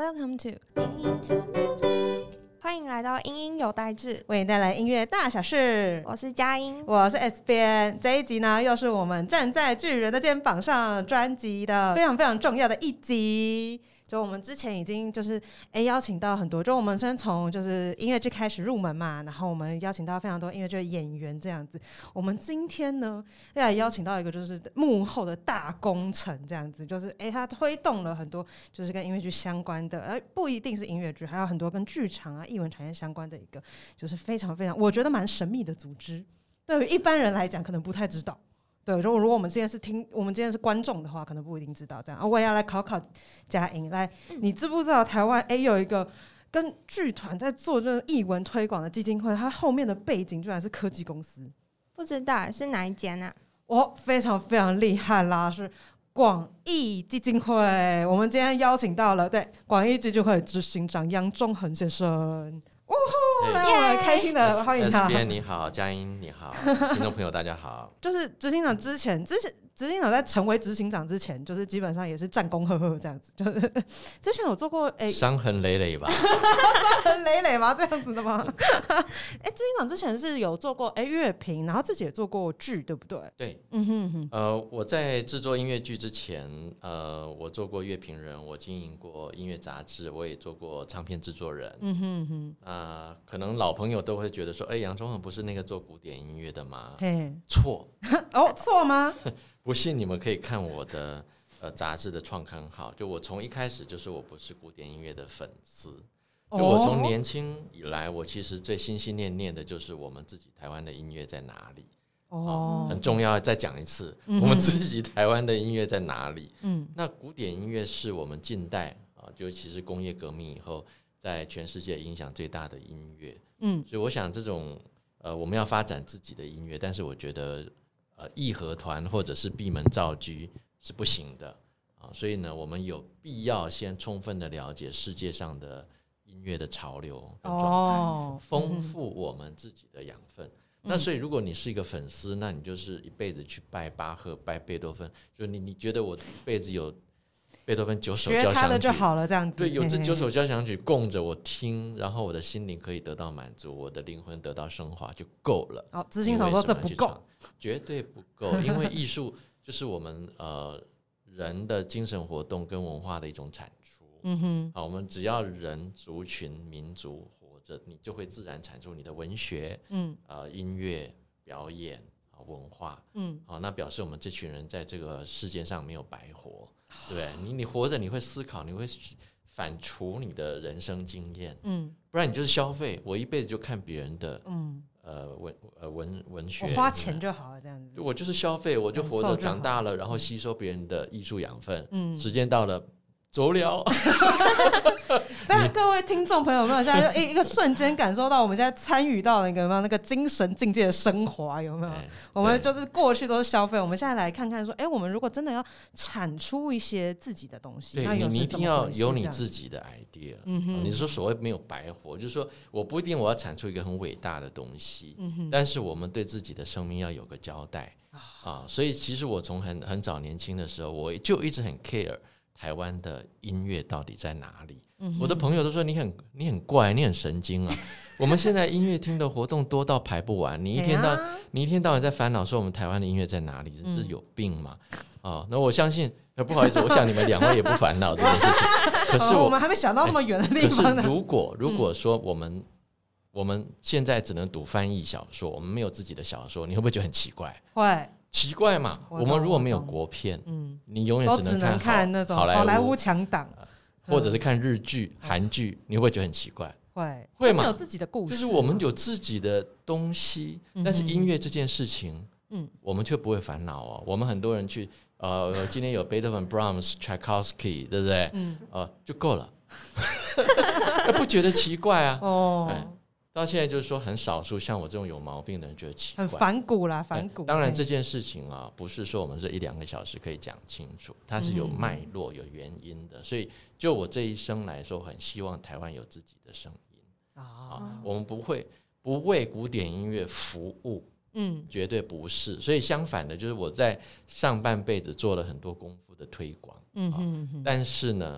Welcome to Into Music， 欢迎来到音音有代志， 为你带来音乐大小事。 我是佳音， 我是 S 编。这一集呢，又是我们站在巨人的肩膀上专辑的非常非常重要的一集。就我们之前已经就是邀请到很多，就我们先从就是音乐剧开始入门嘛，然后我们邀请到非常多音乐剧的演员这样子。我们今天呢要来邀请到一个就是幕后的大功臣这样子，就是他推动了很多就是跟音乐剧相关的，不一定是音乐剧，还有很多跟剧场啊艺文产业相关的一个就是非常非常我觉得蛮神秘的组织，对于一般人来讲可能不太知道。对，如果我们今天是观众的话，可能不一定知道这样。我也要来考考佳音，来，你知不知道台湾有一个跟剧团在做这种艺文推广的基金会，它后面的背景居然是科技公司？ 不知道是哪一间啊？ 非常非常厉害啦，是广义基金会。我们今天邀请到了广义基金会执行长杨中恒先生。来，我们开心的欢迎他。 S 编你好，佳音你好，听众朋友大家好。 就是执行长之前执行长在成为执行长之前，就是基本上也是战功赫赫这样子。就是之前有做过伤痕累累吧？ 伤痕累累吗？这样子的吗？执行长之前是有做过乐评，然后自己也做过剧，对不对？ 对，我在制作音乐剧之前，我做过乐评人，我经营过音乐杂志，我也做过唱片制作人。可能老朋友都会觉得说，杨中恒不是那个做古典音乐的吗？错错吗？ 不信你们可以看我的杂志的创刊号，就我从一开始就是我不是古典音乐的粉丝，就我从年轻以来，我其实最心心念念的就是我们自己台湾的音乐在哪里。很重要，再讲一次，我们自己台湾的音乐在哪里？那古典音乐是我们近代尤其是工业革命以后，在全世界影响最大的音乐。所以我想这种我们要发展自己的音乐，但是我觉得义和团或者是闭门造车是不行的所以呢，我们有必要先充分的了解世界上的音乐的潮流跟状态，丰富我们自己的养分。那所以如果你是一个粉丝，那你就是一辈子去拜巴赫拜贝多芬，就你觉得我一辈子有贝多芬9首交响曲， 学他的就好了，这样子。 对，有这9首交响曲供着我听，然后我的心灵可以得到满足，我的灵魂得到升华就够了。 执行长说这不够， 绝对不够，因为艺术就是我们人的精神活动跟文化的一种产出。我们只要人族群民族活着，你就会自然产出你的文学、音乐、表演、文化。那表示我们这群人在这个世界上没有白活。对，你活着，你会思考，你会反刍你的人生经验。不然你就是消费，我一辈子就看别人的文学， 我花钱就好了，这样子。 我就是消费，我就活着长大了，然后吸收别人的艺术养分。时间到了，走了。 但各位听众朋友，有没有现在就一个瞬间感受到我们现在参与到那个精神境界的升华？有没有？我们就是过去都是消费，我们现在来看看说，我们如果真的要产出一些自己的东西， 对，你一定要有你自己的 idea。你说所谓没有白活，就是说我不一定我要产出一个很伟大的东西，但是我们对自己的生命要有个交代所以其实我从很早年轻的时候，我就一直很 care。台湾的音乐到底在哪里？我的朋友都说你很怪，你很神经啊！我们现在音乐厅的活动多到排不完，你一天到晚在烦恼说我们台湾的音乐在哪里，这是有病吗？那我相信，不好意思，我想你们2位也不烦恼这件事情。可是我们还没想到那么远的地方呢。 可是如果说我们现在只能读翻译小说，我们没有自己的小说，你会不会觉得很奇怪？ 会。 奇怪嘛，我们如果没有国片，你永远只能看那种好莱坞强档， 或者是看日剧、韩剧，你会不会觉得很奇怪？ 会嘛，有自己的故事， 就是我们有自己的东西，但是音乐这件事情，我们却不会烦恼我们很多人去，今天有贝多芬、Brahms、Tchaikovsky， 对不对？就够了，不觉得奇怪啊？到现在就是说很少数像我这种有毛病的人觉得奇怪， 很反骨啦，反骨。 当然这件事情不是说我们这1-2个小时可以讲清楚，它是有脉络、有原因的。所以就我这一生来说，很希望台湾有自己的声音我们不为古典音乐服务，绝对不是。所以相反的，就是我在上半辈子做了很多功夫的推广，但是呢，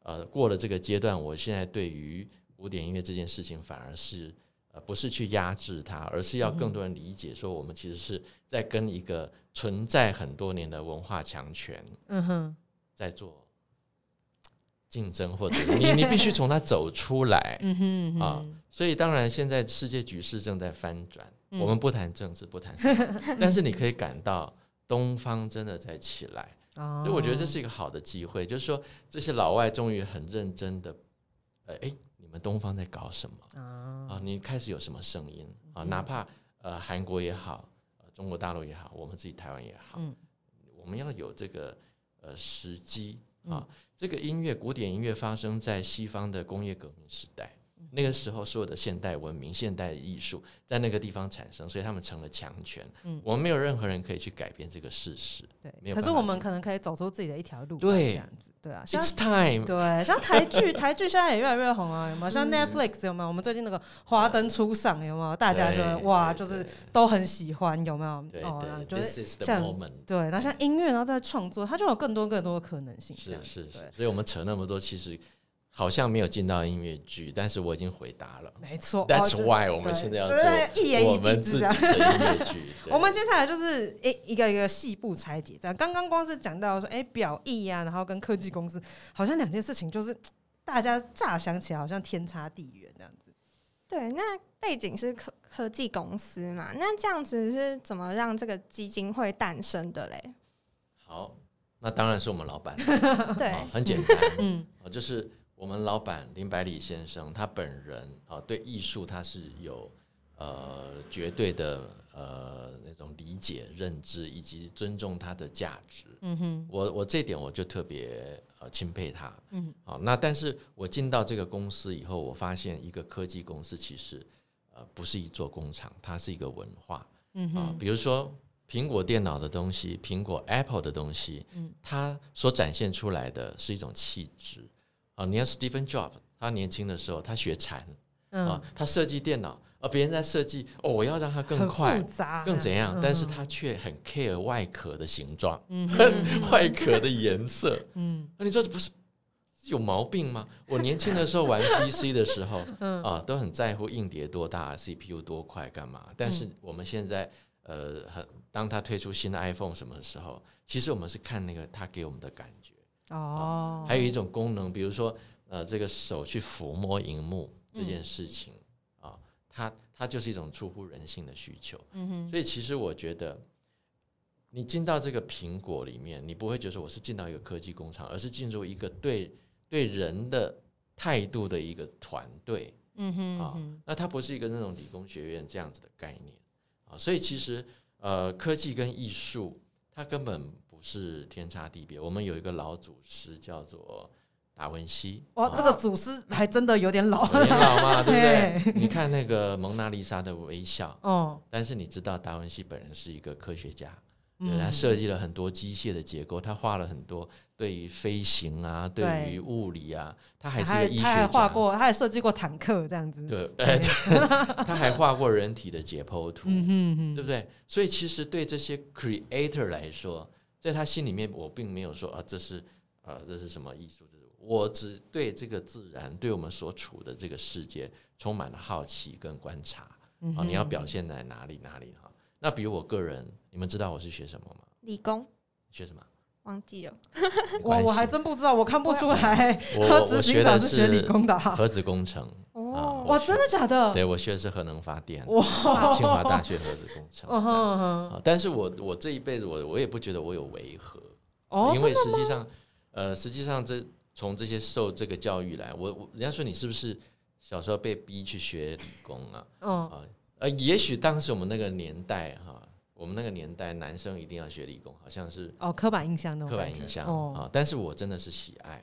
过了这个阶段，我现在对于古典音乐这件事情反而是不是去压制它，而是要更多人理解说我们其实是在跟一个存在很多年的文化强权在做竞争，或者你必须从它走出来所以当然现在世界局势正在翻转，我们不谈政治不谈什么但是你可以感到东方真的在起来所以我觉得这是一个好的机会，就是说这些老外终于很认真的你们东方在搞什么你开始有什么声音哪怕韩国也好中国大陆也好，我们自己台湾也好我们要有这个时机这个音乐古典音乐发生在西方的工业革命时代那个时候所有的现代文明现代艺术在那个地方产生，所以他们成了强权我们没有任何人可以去改变这个事实对，可是我们可能可以走出自己的一条路对这样子对啊 It's time 对，像台剧现在也越来越红啊，有没有？像 Netflix 有没有？我们最近那个《华灯初上》有没有？大家就哇，就是都很喜欢，有没有？ 对就是像对，那像音乐，然后再创作，它就有更多的可能性。 是，所以我们扯那么多，其实好像没有进到音乐剧，但是我已经回答了。 没错 ，That's why 我们现在要做我们自己的音乐剧。 我们接下来就是一个一个细部拆解，这样。刚刚光是讲到说，表艺啊，然后跟科技公司，好像两件事情，就是大家乍想起来好像天差地远这样子。 对，那背景是科技公司嘛？那这样子是怎么让这个基金会诞生的嘞？ 好，那当然是我们老板。 对， 很简单，就是我们老板林百里先生，他本人对艺术他是有绝对的那种理解、认知以及尊重它的价值。我这点我就特别钦佩他。那但是我进到这个公司以后，我发现一个科技公司其实不是一座工厂，它是一个文化。比如说苹果电脑的东西，苹果 Apple 的东西，它所展现出来的是一种气质。你看 Stephen Jobs， 他年轻的时候他学禅他设计电脑别人在设计我要让它更快更怎样但是他却很 care 外壳的形状外壳的颜色你说这不是有毛病吗？我年轻的时候玩 PC 的时候都很在乎硬碟多大 CPU 多快干嘛，但是我们现在当他推出新的 iPhone 什么的时候，其实我们是看那个他给我们的感觉还有一种功能，比如说这个手去抚摸萤幕这件事情它就是一种出乎人性的需求所以其实我觉得你进到这个苹果里面，你不会觉得我是进到一个科技工厂，而是进入一个对人的态度的一个团队那它不是一个那种理工学院这样子的概念所以其实科技跟艺术它根本不是天差地别。我们有一个老祖师叫做达文西， 哇，这个祖师还真的有点老， 有点老嘛，对不对？你看那个蒙娜丽莎的微笑但是你知道达文西本人是一个科学家他设计了很多机械的结构，他画了很多对于飞行啊对于物理啊，他还是一个医学家， 他还设计过坦克这样子， 对他还画过人体的解剖图对不对？所以其实对这些 creator 来说，在他心里面我并没有说这是什么艺术，我只对这个自然对我们所处的这个世界充满了好奇跟观察你要表现在哪里那比如我个人，你们知道我是学什么吗？ 理工。 学什么？ 忘记了我还真不知道，我看不出来我执行长是学理工的核子工程哇，真的假的？ 对，我学的是核能发电清华大学核子工程但是我这一辈子我也不觉得我有违和因为实际上从这些受这个教育来，人家说你是不是小时候被逼去学理工也许当时我们那个年代男生一定要学理工，好像是刻板印象那种刻板印象但是我真的是喜爱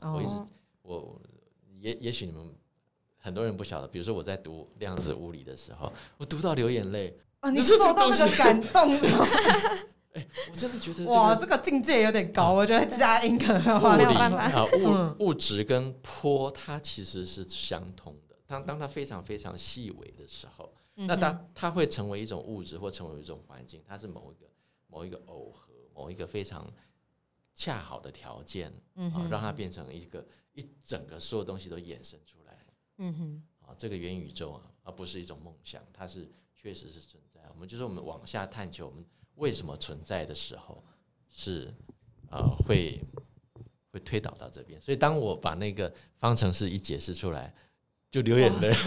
也许你们很多人不晓得，比如说我在读量子物理的时候，我读到流眼泪你受到那个感动我真的觉得哇，这个境界有点高我觉得佳音可能没有办法物质跟波它其实是相通的，当它非常非常细微的时候那它会成为一种物质或成为一种环境，它是某一个耦合，某一个非常恰好的条件让它变成一一整个所有东西都衍生出来。这个元宇宙而不是一种梦想，它是确实是存在。我们就是我们往下探求，我们为什么存在的时候是会推导到这边。所以当我把那个方程式一解释出来，就流眼泪。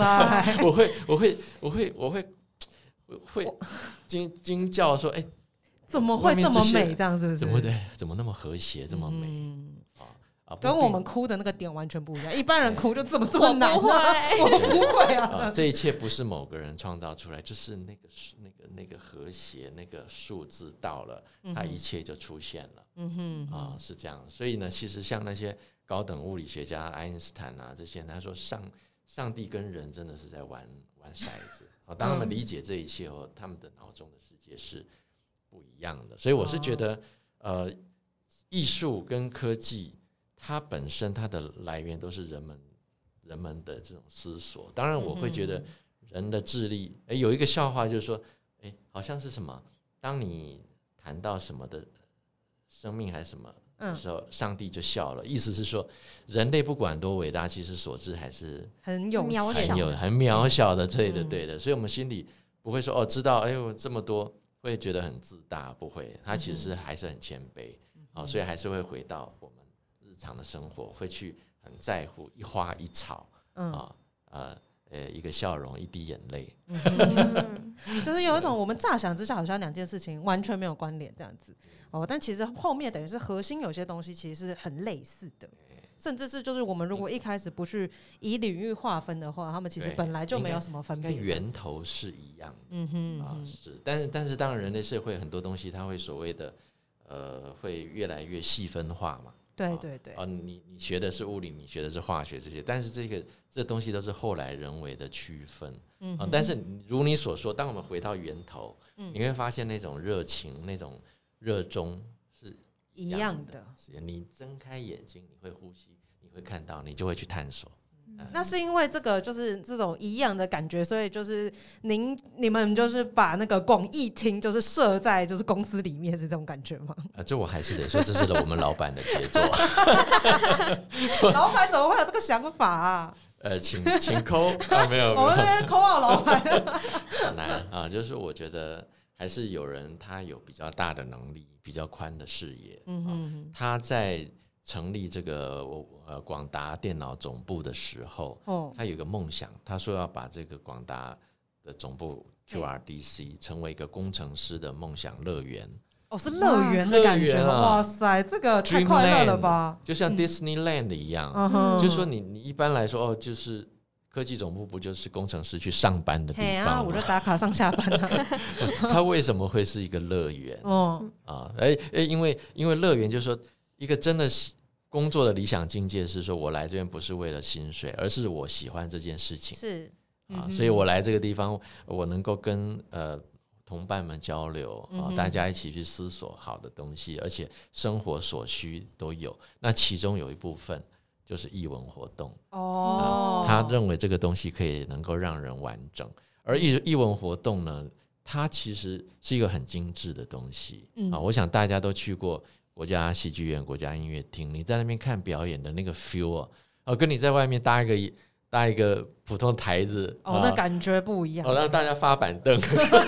我会惊叫说：“哎， 怎么会这么美？这样是不是？ 怎么那么和谐，这么美？” 跟我们哭的那个点完全不一样。一般人哭就这么难啊，我不会啊。 这一切不是某个人创造出来，就是那个和谐，那个数字到了，它一切就出现了。是这样。所以呢，其实像那些高等物理学家爱因斯坦啊这些人，他说上帝跟人真的是在玩骰子。当他们理解这一切后，他们的脑中的世界是不一样的。所以我是觉得，艺术跟科技，它本身它的来源都是人们的这种思索。当然，我会觉得人的智力，有一个笑话就是说，好像是什么，当你谈到什么的生命还是什么的时候，上帝就笑了。意思是说，人类不管多伟大，其实所知还是很渺小的，对的。所以我们心里不会说知道我这么多，会觉得很自大，不会。他其实还是很谦卑，所以还是会回到我们日常的生活，会去很在乎一花一草，一个笑容，一滴眼泪， 就是有一种我们乍想之下好像两件事情完全没有关联这样子但其实后面等于是核心有些东西其实是很类似的，甚至是就是我们如果一开始不去以领域划分的话，他们其实本来就没有什么分别， 源头是一样的。是，但是当然人类社会很多东西它会所谓的会越来越细分化嘛。 对你学的是物理，你学的是化学这些，但是这东西都是后来人为的区分。但是如你所说，当我们回到源头，你会发现那种热情、那种热衷是一样的。你睁开眼睛，你会呼吸，你会看到，你就会去探索。 那是因为这个就是这种一样的感觉，所以就是你们就是把那个广义厅就是设在就是公司里面，是这种感觉吗？ 这我还是得说，这是我们老板的杰作。 老板怎么会有这个想法啊？ 请扣没有， 我们这边扣好老板。 很难就是我觉得还是有人他有比较大的能力，比较宽的视野。他在成立这个广达电脑总部的时候，他有一个梦想，他说要把这个广达的总部 QRDC 成为一个工程师的梦想乐园。 是乐园的感觉，哇塞，这个太快乐了吧！ 就像 Disneyland 一样，就是说你一般来说就是科技总部不就是工程师去上班的地方吗？ 我就打卡上下班啊。 他为什么会是一个乐园？因为乐园就是说一个真的工作的理想境界是说，我来这边不是为了薪水，而是我喜欢这件事情。 是所以我来这个地方，我能够跟同伴们交流大家一起去思索好的东西，而且生活所需都有。那其中有一部分就是艺文活动他认为这个东西可以能够让人完整，而艺文活动呢，它其实是一个很精致的东西我想大家都去过国家戏剧院、国家音乐厅，你在那边看表演的那个 feel 跟你在外面搭一个普通台子那感觉不一样让大家发板凳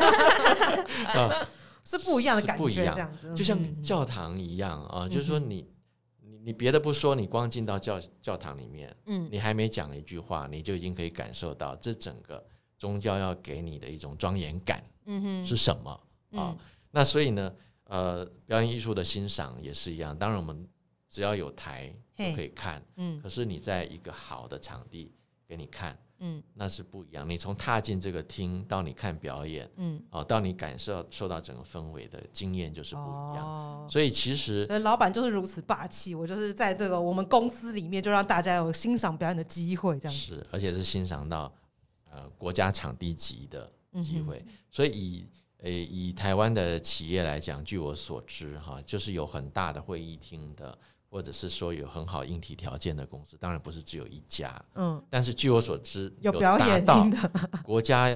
是不一样的感觉，这样子就像教堂一样就是说你别的不说，你光进到教堂里面你还没讲一句话，你就已经可以感受到这整个宗教要给你的一种庄严感是什么那所以呢表演艺术的欣赏也是一样，当然我们只要有台就可以看可是你在一个好的场地给你看那是不一样。你从踏进这个厅到你看表演到你受到整个氛围的经验就是不一样所以其实老板就是如此霸气，我就是在这个我们公司里面就让大家有欣赏表演的机会，这样子是，而且是欣赏到国家场地级的机会所以以台湾的企业来讲，据我所知就是有很大的会议厅的，或者是说有很好硬体条件的公司，当然不是只有一家但是据我所知有表演厅的国家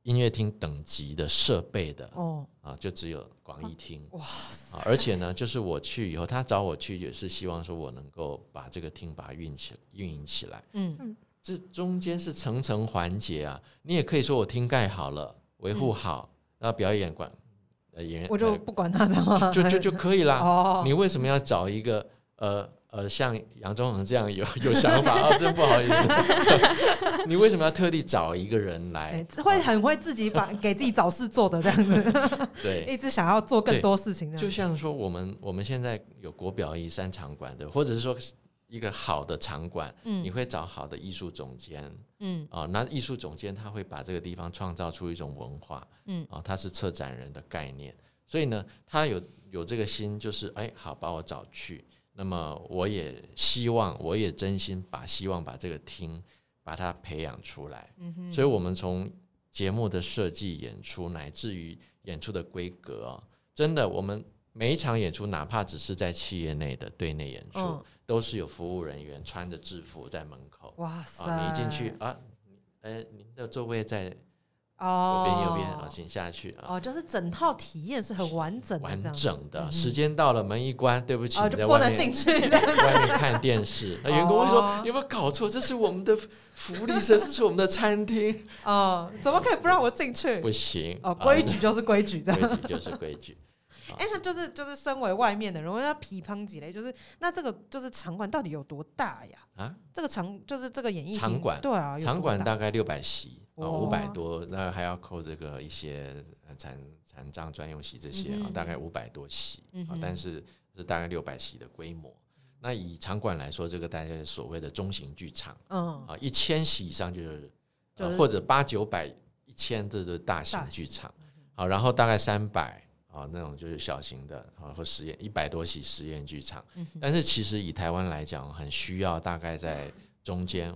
音乐厅等级的设备的就只有广义厅。 哇塞！ 而且呢，就是我去以后，他找我去也是希望说我能够把这个厅把它运营起来。这中间是层层环节啊。你也可以说我厅盖好了，维护好，然后表演演员我就不管他的嘛， 就可以啦。你为什么要找一个像杨中恒这样有想法真不好意思你为什么要特地找一个人来会很会自己给自己找事做的这样子对， 一直想要做更多事情这样。 就像说我们现在有国表艺3场馆的，或者是说一个好的场馆，你会找好的艺术总监，那艺术总监他会把这个地方创造出一种文化，他是策展人的概念，所以呢他有这个心，就是好把我找去，那么我也真心希望把这个厅把它培养出来。所以我们从节目的设计、演出，乃至于演出的规格真的我们每一场演出，哪怕只是在企业内的对内演出，都是有服务人员穿着制服在门口。 哇塞！ 你一进去您的座位在右边请下去就是整套体验是很完整的， 时间到了门一关，对不起，你在就不能进去， 外面看电视。员工会说有没有搞错？这是我们的福利社，这是我们的餐厅怎么可以不让我进去？ 不行规矩就是规矩，规矩就是规矩。 那就是身为外面的人，我要批判几类，就是那这个就是场馆到底有多大呀？这个就是这个演艺厅场馆， 对啊， 场馆大概600席，500多，那还要扣这个一些残障专用席这些大概500多席但是大概600席的规模。那以场馆来说，这个大概是所谓的中型剧场，1000席以上就是或者800、900、1000，这是大型剧场。然后大概300。那种就是小型的或实验100多席实验剧场，但是其实以台湾来讲，很需要大概在中间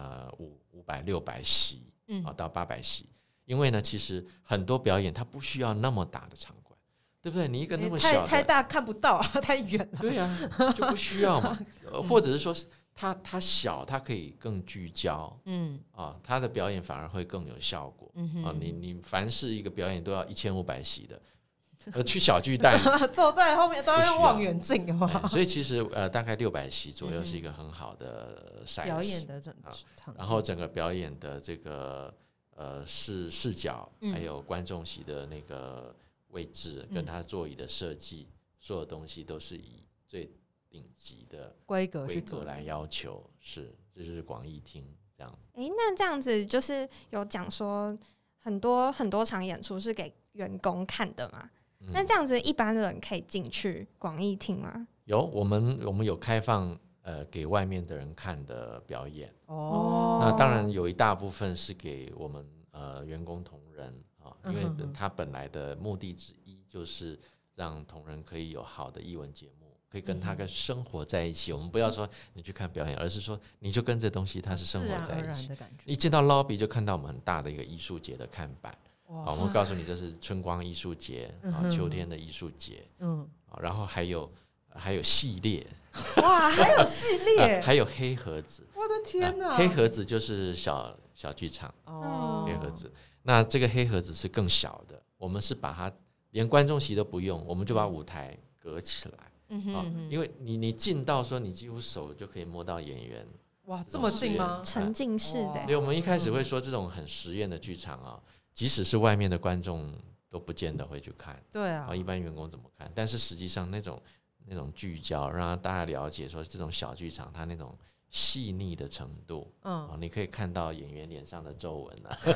500、600席到800席，因为呢，其实很多表演它不需要那么大的场馆，对不对？你一个那么小的太大看不到太远了， 对啊，就不需要嘛。或者是说它小，它可以更聚焦，它的表演反而会更有效果。你凡是一个表演都要1500席的。去小巨蛋坐在后面都要用望远镜所以其实大概600席左右是一个很好的 size 表演的然后整个表演的这个视角还有观众席的那个位置跟他座椅的设计，所有东西都是以最顶级的规格来要求，这就是广义厅这样。 那这样子就是有讲说很多场演出是给员工看的嘛？那这样子一般人可以进去广义厅吗？ 有，我们有开放给外面的人看的表演那当然有一大部分是给我们员工同仁因为他本来的目的之一就是让同仁可以有好的艺文节目，可以跟他跟生活在一起。我们不要说你去看表演，而是说你就跟这东西它是生活在一起，一进到 lobby 就看到我们很大的一个艺术节的看板。我们会告诉你这是春光艺术节秋天的艺术节然后还有系列还有系列还有黑盒子， 我的天哪黑盒子就是小剧场黑盒子。那这个黑盒子是更小的，我们是把它连观众席都不用，我们就把舞台隔起来因为你近到说你几乎手就可以摸到演员。 哇，这么近吗？ 沉浸式的。 对，我们一开始会说这种很实验的剧场即使是外面的观众都不见得会去看， 对啊， 一般员工怎么看？但是实际上那种聚焦，让大家了解说这种小剧场它那种细腻的程度，你可以看到演员脸上的皱纹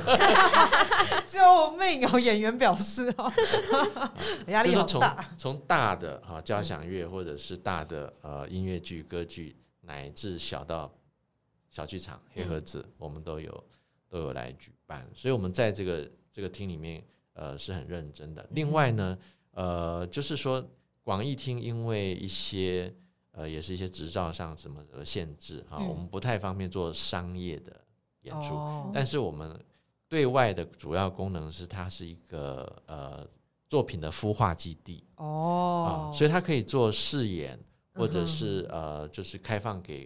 救命演员表示压力好大。 从大的交响乐或者是大的音乐剧、歌剧，乃至小到小剧场、黑盒子，我们都有来举办，所以我们在这个厅里面是很认真的。另外呢就是说广义厅因为一些也是一些执照上什么的限制我们不太方便做商业的演出但是我们对外的主要功能是它是一个作品的孵化基地所以它可以做试演或者是就是开放给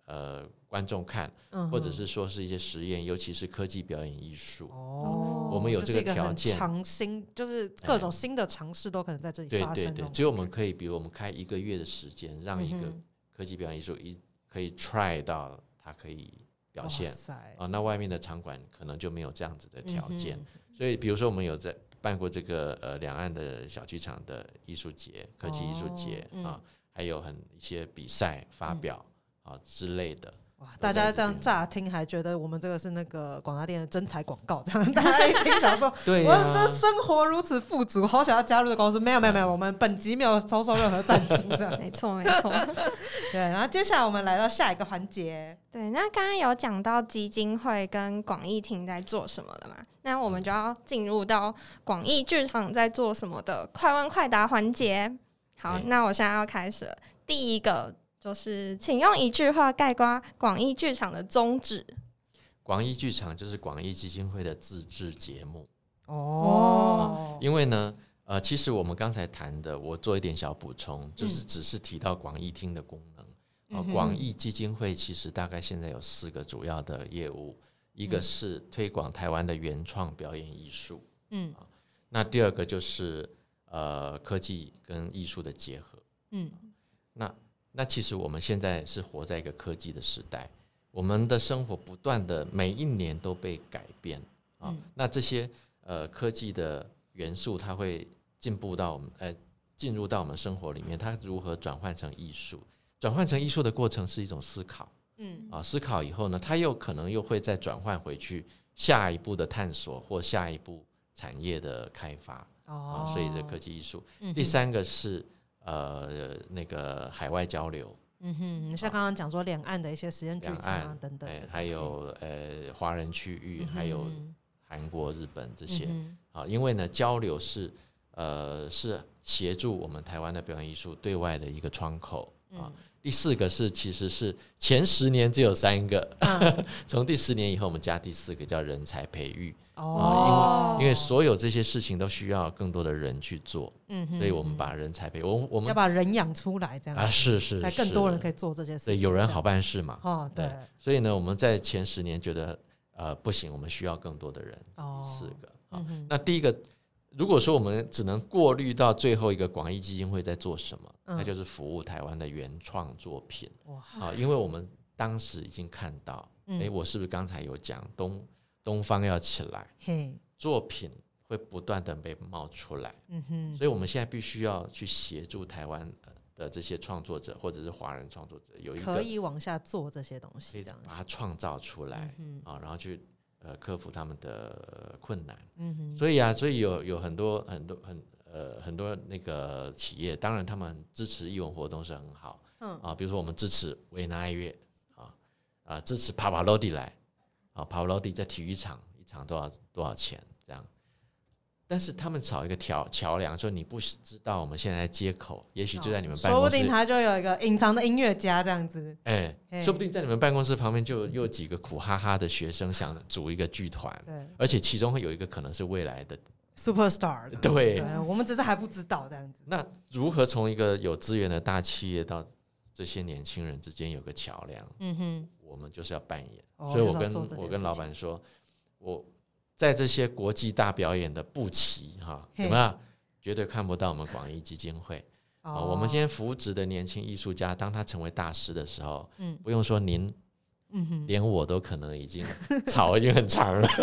观众看，或者是说是一些实验，尤其是科技表演艺术。 哦， 我们有这个条件， 就是各种新的尝试都可能在这里发生。 对，只有我们可以，比如我们开1个月的时间，让一个科技表演艺术可以 try 到它可以表现那外面的场馆可能就没有这样子的条件。所以比如说我们有在办过这个两岸的小剧场的艺术节、科技艺术节还有一些比赛发表之类的。哇， 大家这样乍听还觉得我们这个是那个广达店的征才广告，这样大家一听想说，对我的生活如此富足，好想要加入的公司。没有，我们本集没有收任何赞助，这样没错。 对，然后接下来我们来到下一个环节。 对，那刚刚有讲到基金会跟广艺厅在做什么了嘛？那我们就要进入到广艺剧场在做什么的快问快答环节。好，那我现在要开始了。第一个就是请用1句话概括广艺剧场的宗旨。 广艺剧场就是广艺基金会的自制节目。因为呢其实我们刚才谈的，我做一点小补充，就是只是提到广艺厅的功能。广艺基金会其实大概现在有4个主要的业务，一个是推广台湾的原创表演艺术，那第2个就是科技跟艺术的结合。那其实我们现在是活在一个科技的时代，我们的生活不断的每一年都被改变那这些科技的元素它会进入到我们生活里面，它如何转换成艺术？转换成艺术的过程是一种思考，思考以后呢，它又可能又会再转换回去下一步的探索或下一步产业的开发所以这科技艺术。第3个是那个海外交流， 像刚刚讲说两岸的一些实验剧场等等还有华人区域，还有韩国、日本这些因为呢交流是协助我们台湾的表演艺术对外的一个窗口第4个其实是前10年只有3个从第10年以后我们加第4个叫人才培育因为所有这些事情都需要更多的人去做所以我们把人才培育我们要把人养出来这样是才更多人可以做这些事情， 对，有人好办事嘛对， 所以呢我们在前10年觉得不行，我们需要更多的人第4个那第一个，如果说我们只能过滤到最后一个广艺基金会在做什么那就是服务台湾的原创作品因为我们当时已经看到我是不是刚才有讲东方要起来作品会不断的被冒出来所以我们现在必须要去协助台湾的这些创作者或者是华人创作者有一个可以往下做这些东西，这样把它创造出来然后去克服他们的困难所以有很多那个企业，当然他们支持艺文活动是很好比如说我们支持维也纳爱乐支持帕瓦罗蒂来帕瓦罗蒂在体育场一场多少钱这样，但是他们找一个桥梁，说你不知道我们现在在街口也许就在你们办公室， 说不定他就有一个隐藏的音乐家这样子说不定在你们办公室旁边就有几个苦哈哈的学生想组一个剧团而且其中会有一个可能是未来的 superstar 对， 我们只是还不知道这样子。 那如何从一个有资源的大企业到这些年轻人之间有个桥梁我们就是要扮演所以我跟老板说，我在这些国际大表演的布旗有没有绝对看不到我们广艺基金会我们今天扶植的年轻艺术家，当他成为大师的时候不用说您连我都可能已经草已经很长了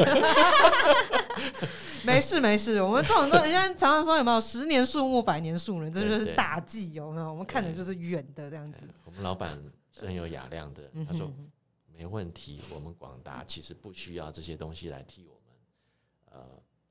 没事，我们这种人家常常说有没有10年树木100年树人，这就是大忌有没有？我们看的就是远的这样子。 我们老板是很有雅量的他说没问题，我们广达其实不需要这些东西来替我们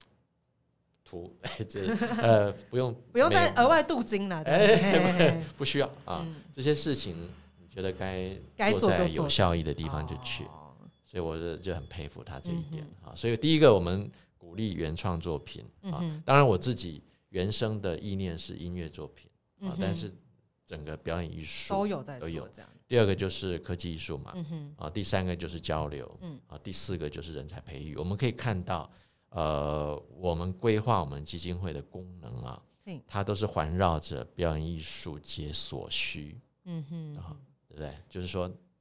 不用再额外镀金了不需要这些事情你觉得该做在有效益的地方就去所以我就很佩服他这一点所以第一个我们鼓励原创作品当然我自己原生的意念是音乐作品但是整个表演艺术都有在做这样。 第2个就是科技艺术嘛第3个就是交流第4个就是人才培育。我们可以看到我们规划我们基金会的功能它都是环绕着表演艺术皆所需对不对？就是说你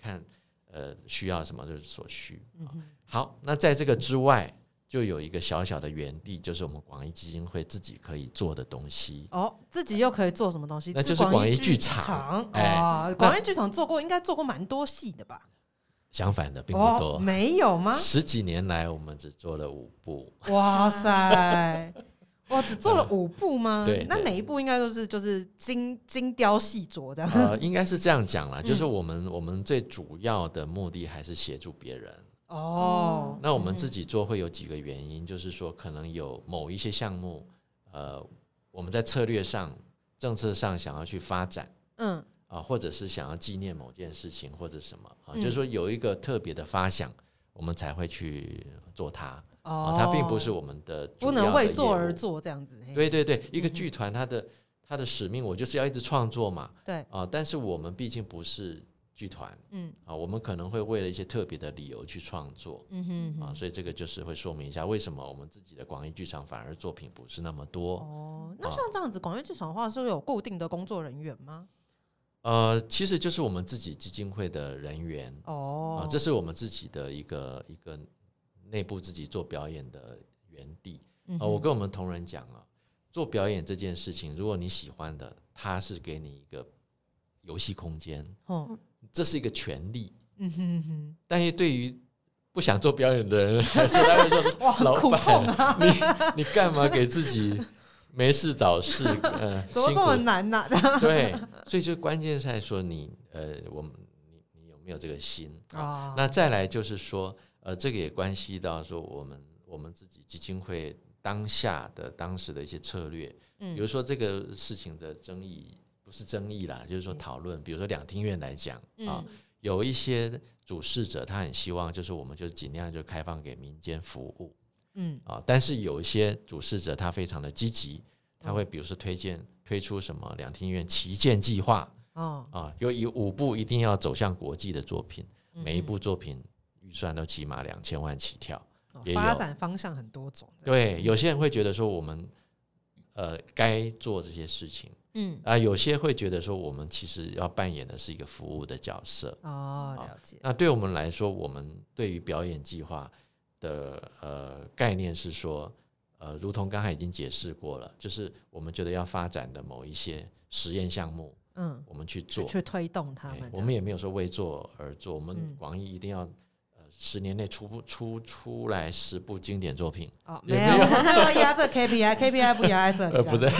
看需要什么就是所需。好，那在这个之外，就有一个小小的园地，就是我们广义基金会自己可以做的东西。 自己又可以做什么东西？ 那就是广义剧场。 广义剧场应该做过蛮多戏的吧？ 相反的并不多。 没有吗 ？10几年来我们只做了5部。 哇塞，哇，只做了5部吗？ 对， 那每一部应该都是就是精雕细琢这样。 应该是这样讲啦，就是我们最主要的目的还是协助别人。那我们自己做会有几个原因，就是说可能有某一些项目，我们在策略上、政策上想要去发展，或者是想要纪念某件事情或者什么，就是说有一个特别的发想，我们才会去做它。它并不是我们的主要的业务，不能为做而做这样子。 对对对，一个剧团它的使命，我就是要一直创作嘛。 对但是我们毕竟不是剧团，我们可能会为了一些特别的理由去创作，所以这个就是会说明一下为什么我们自己的广义剧场反而作品不是那么多。 那像这样子广义剧场的话，是有固定的工作人员吗？ 其实就是我们自己基金会的人员。这是我们自己的一个内部自己做表演的园地。我跟我们同仁讲做表演这件事情，如果你喜欢的，它是给你一个游戏空间，这是一个权利。但是对于不想做表演的人来说，他会说：“哇，老板，你干嘛给自己没事找事？ 怎么这么难呢？” 对，所以就关键是在说你有没有这个心。那再来就是说，这个也关系到说我们自己基金会当时的一些策略，比如说这个事情的争议。不是争议啦，就是说讨论，比如说两厅院来讲有一些主事者他很希望就是我们就尽量就开放给民间服务，但是有一些主事者他非常的积极，他会比如说推出什么两厅院旗舰计划，有5部一定要走向国际的作品，每一部作品预算都起码2000万起跳， 发展方向很多种。 对，有些人会觉得说我们该做这些事情。有些会觉得说我们其实要扮演的是一个服务的角色。 了解。 那对我们来说，我们对于表演计划的概念是说，如同刚才已经解释过了，就是我们觉得要发展的某一些实验项目，我们去做， 去推动他们。 我们也没有说为做而做，我们广义一定要10年内出来10部经典作品。 没有压这 KPI 不压在这里。 不是。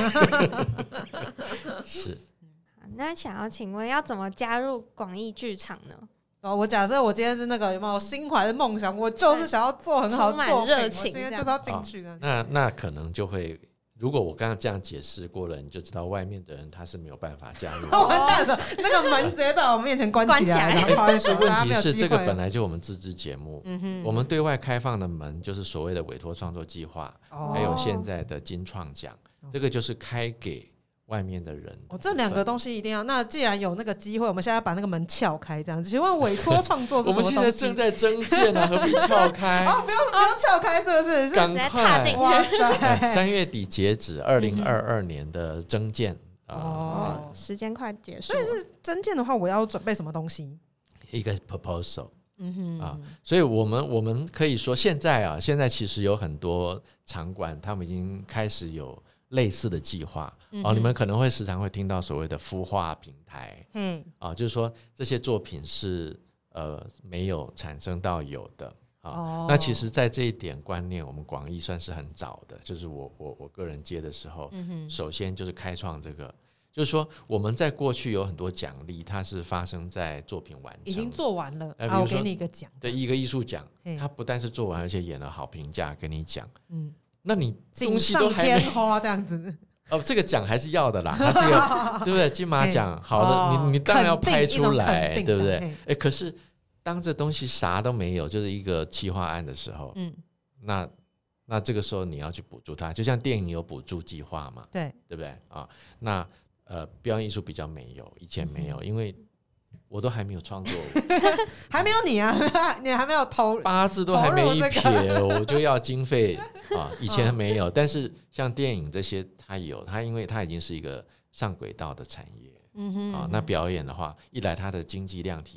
是。 那想要请问，要怎么加入广义剧场呢？ 我假设我今天是那个有没有心怀的梦想，我就是想要做很好的作品， 充满热情， 我今天就是要进去的。 那可能就会，如果我刚刚这样解释过了，你就知道外面的人他是没有办法加入。 完蛋了，那个门直接在我们面前关起来。不好意思， 问题是这个本来就我们自制节目，我们对外开放的门就是所谓的委托创作计划，还有现在的金创奖，这个就是开给外面的人。 这2个东西一定要。那既然有那个机会，我们现在把那个门撬开，这样子。请问委托创作是什么东西？ 我们现在正在征件何必撬开？ 不用撬开，是不是？ 赶快！ 哇塞 ！3月底截止2022年的征件。 时间快结束。 所以是征件的话，我要准备什么东西？ 一个 proposal。所以我们可以说现在其实有很多场馆，他们已经开始有类似的计划。你们可能会时常会听到所谓的孵化平台，就是说这些作品是没有产生到有的。那其实在这一点观念，我们广义算是很早的，就是我个人接的时候，首先就是开创这个，就是说我们在过去有很多奖励，它是发生在作品完成， 已经做完了，我给你一个奖， 对，一个艺术奖，它不但是做完，而且演了好评价给你奖。那你东西都还没锦上添花这样子。 这个奖还是要的啦，它是一个对不对？金马奖好的，你当然要拍出来，对不对？可是当这东西啥都没有，就是一个企划案的时候，那这个时候你要去补助它，就像电影有补助计划嘛， 对不对那表演艺术比较没有，以前没有，因为我都还没有创作， 还没有你啊，你还没有 8字都还没一撇，我就要经费以前没有，但是像电影这些它有，它因为它已经是一个上轨道的产业，那表演的话，一来它的经济量体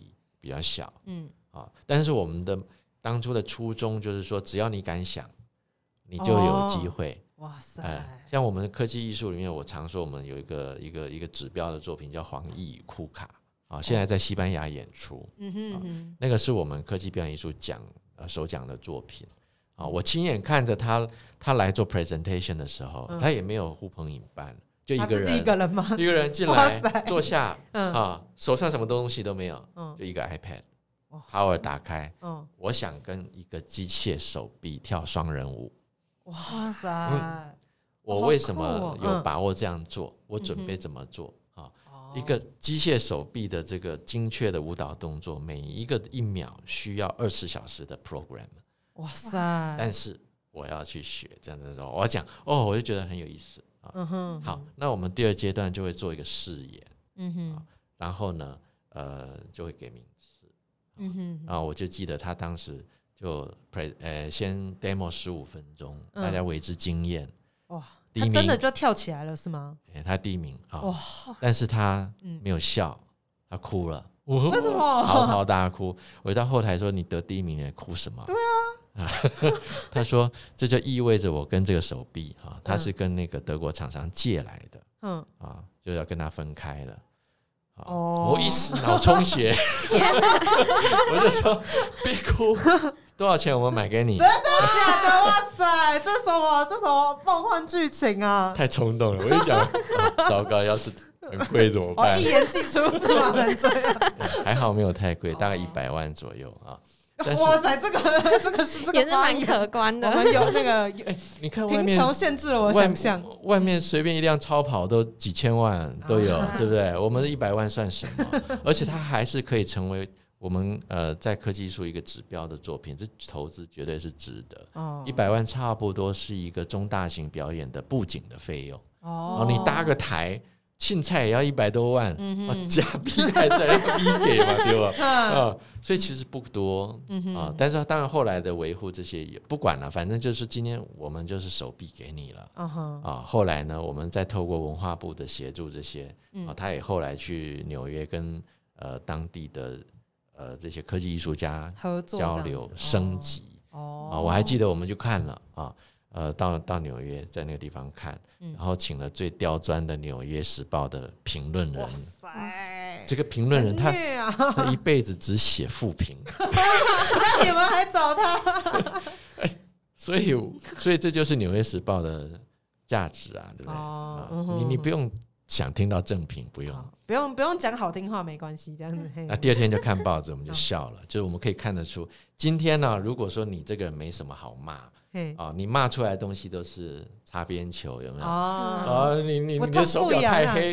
比较小，但是我们的当初的初衷就是说，只要你敢想，你就有机会。 哇塞！ 像我们的科技艺术里面，我常说我们有一个指标的作品叫《黄奕与库卡》现在在西班牙演出，那个是我们科技表演艺术首奖的作品。我亲眼看着他来做 presentation 的时候，他也没有呼朋引伴，就一个人， 一个人吗？ 一个人进来坐下，手上什么东西都没有，就一个 iPad， 把我打开，我想跟一个机械手臂跳双人舞。 哇塞！ 我为什么有把握这样做？我准备怎么做？一个机械手臂的这个精确的舞蹈动作，每一个1秒需要24小时的 program。 哇塞！ 但是我要去学，这样子说，我讲我就觉得很有意思好，那我们第2阶段就会做一个试演，然后呢，就会给名次，然后我就记得他当时就先 demo 15分钟，大家为之惊艳。哇！ 他真的就跳起来了是吗？ 他第1名哇！但是他没有笑，他哭了。 为什么？ 嚎啕大哭。我到后台说：“你得第1名，你哭什么？”对啊，他说：“这就意味着我跟这个手臂他是跟那个德国厂商借来的，就要跟他分开了。”我一时脑充血，我就说：“别哭，多少钱我们买给你？” 真的假的？哇塞，这什么梦幻剧情啊！ 太冲动了，我一讲，糟糕，要是很贵怎么办？ 一言既出驷马难追啊！ 还好没有太贵，大概100万左右哇塞，这个是这个也是蛮可观的。 我们有那个， 你看外面贫穷限制了我想象。 外面随便一辆超跑都几千万都有，对不对？我们100万算什么？而且它还是可以成为我们在科技艺术一个指标的作品，这投资绝对是值得。100万差不多是一个中大型表演的布景的费用。你搭个台。青菜也要100多万，加币还在要逼给嘛，对吧？所以其实不多但是当然后来的维护这些也不管了，反正就是今天我们就是手臂给你了后来呢，我们再透过文化部的协助这些他也后来去纽约跟当地的这些科技艺术家合作交流升级我还记得我们就看了到纽约，在那个地方看，然后请了最刁钻的《纽约时报》的评论人。哇塞！这个评论人他一辈子只写负评， 那你们还找他？ 所以这就是《纽约时报》的价值啊，对不对？你不用想听到正评，不用讲好听话，没关系，这样子。那第2天就看报纸，我们就笑了，就是我们可以看得出，今天呢，如果说你这个人没什么好骂。你骂出来的东西都是擦边球，有没有？你的手表太黑，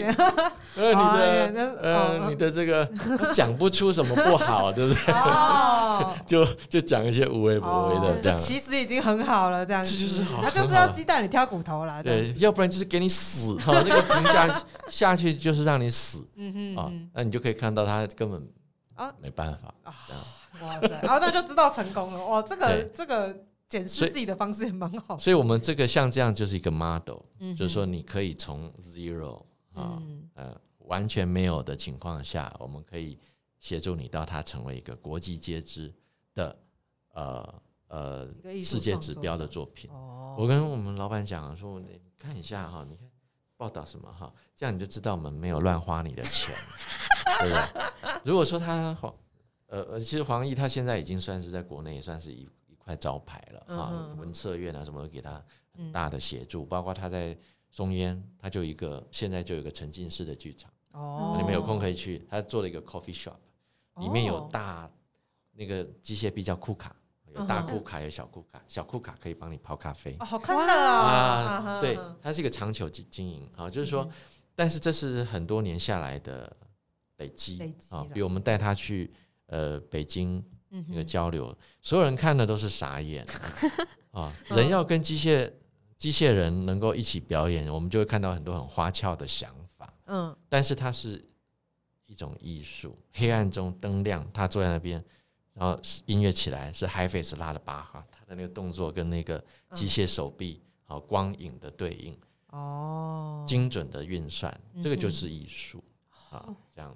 你的这个讲不出什么不好，对不对？就讲一些无为不为的这样， 其实已经很好了，这样子。 这就是好， 他就是要鸡蛋里挑骨头啦。 对，要不然就是给你死那个评价下去就是让你死那你就可以看到他根本没办法哇塞，那就知道成功了。哇，这个。检视自己的方式也蛮好， 所以我们这个像这样就是一个 model，就是说你可以从 zero 完全没有的情况下，我们可以协助你到它成为一个国际皆知的世界指标的作品。我跟我们老板讲说，你看一下你看报道什么这样你就知道我们没有乱花你的钱，对不对？如果说他其实黄奕他现在已经算是在国内也算是一块招牌了文策院什么都给他很大的协助，包括他在松烟，他现在就有一个沉浸式的剧场你们有空可以去，他做了一个 coffee shop，里面有大那个机械臂叫库卡，有大库卡有小库卡，小库卡可以帮你泡咖啡， 好看的对，它是一个长久经营就是说但是这是很多年下来的累积比我们带他去北京那个交流，所有人看的都是傻眼人要跟机械人能够一起表演，我们就会看到很多很花俏的想法但是它是一种艺术，黑暗中灯亮，他坐在那边，然后音乐起来是 High Face 拉的巴哈，他的那个动作跟那个机械手臂光影的对应精准的运算，这个就是艺术这样的。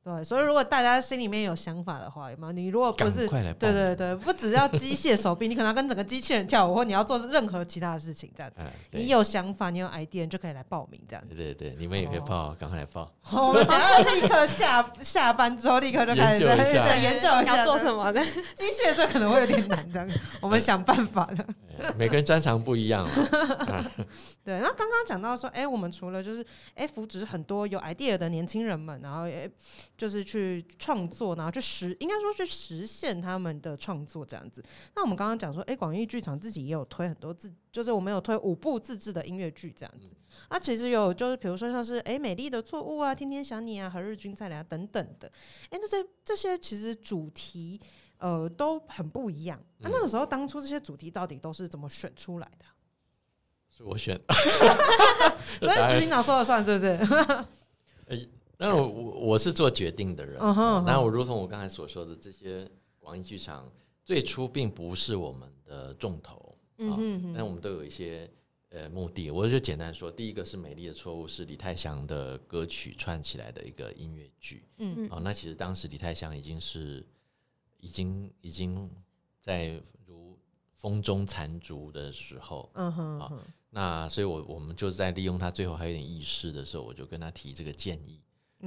对，所以如果大家心里面有想法的话，有没有？你如果不是， 赶快来报对名对对，不只要机械手臂，你可能要跟整个机器人跳舞，或你要做任何其他的事情，这样子。你有想法，你有 idea， 你就可以来报名，这样子。 对对对，你们也可以报，赶快来报。 我们等一下立刻下班之后，立刻就开始研究一下要做什么的。 机械这可能会有点难，这样我们想办法的。 每个人专长不一样对，那刚刚讲到说，我们除了就是扶植很多有 idea 的年轻人们，然后就是去创作，然后应该说去实现他们的创作这样子。那我们刚刚讲说，广艺剧场自己也有推很多就是我们有推5部自制的音乐剧这样子。那其实有就是比如说像是美丽的错误啊、天天想你啊、何日君再来啊等等的。那这些其实主题都很不一样。那个时候当初这些主题到底都是怎么选出来的？ 是我选， 所以执行长说了算，是不是？ 当然我是做决定的人。那我如同我刚才所说的，这些广艺剧场最初并不是我们的重头，但我们都有一些目的。我就简单说，第一个是《美丽的错误》，是李泰祥的歌曲串起来的一个音乐剧。那其实当时李泰祥已经在如风中残烛的时候，那所以我们就在利用他最后还有点意识的时候，我就跟他提这个建议。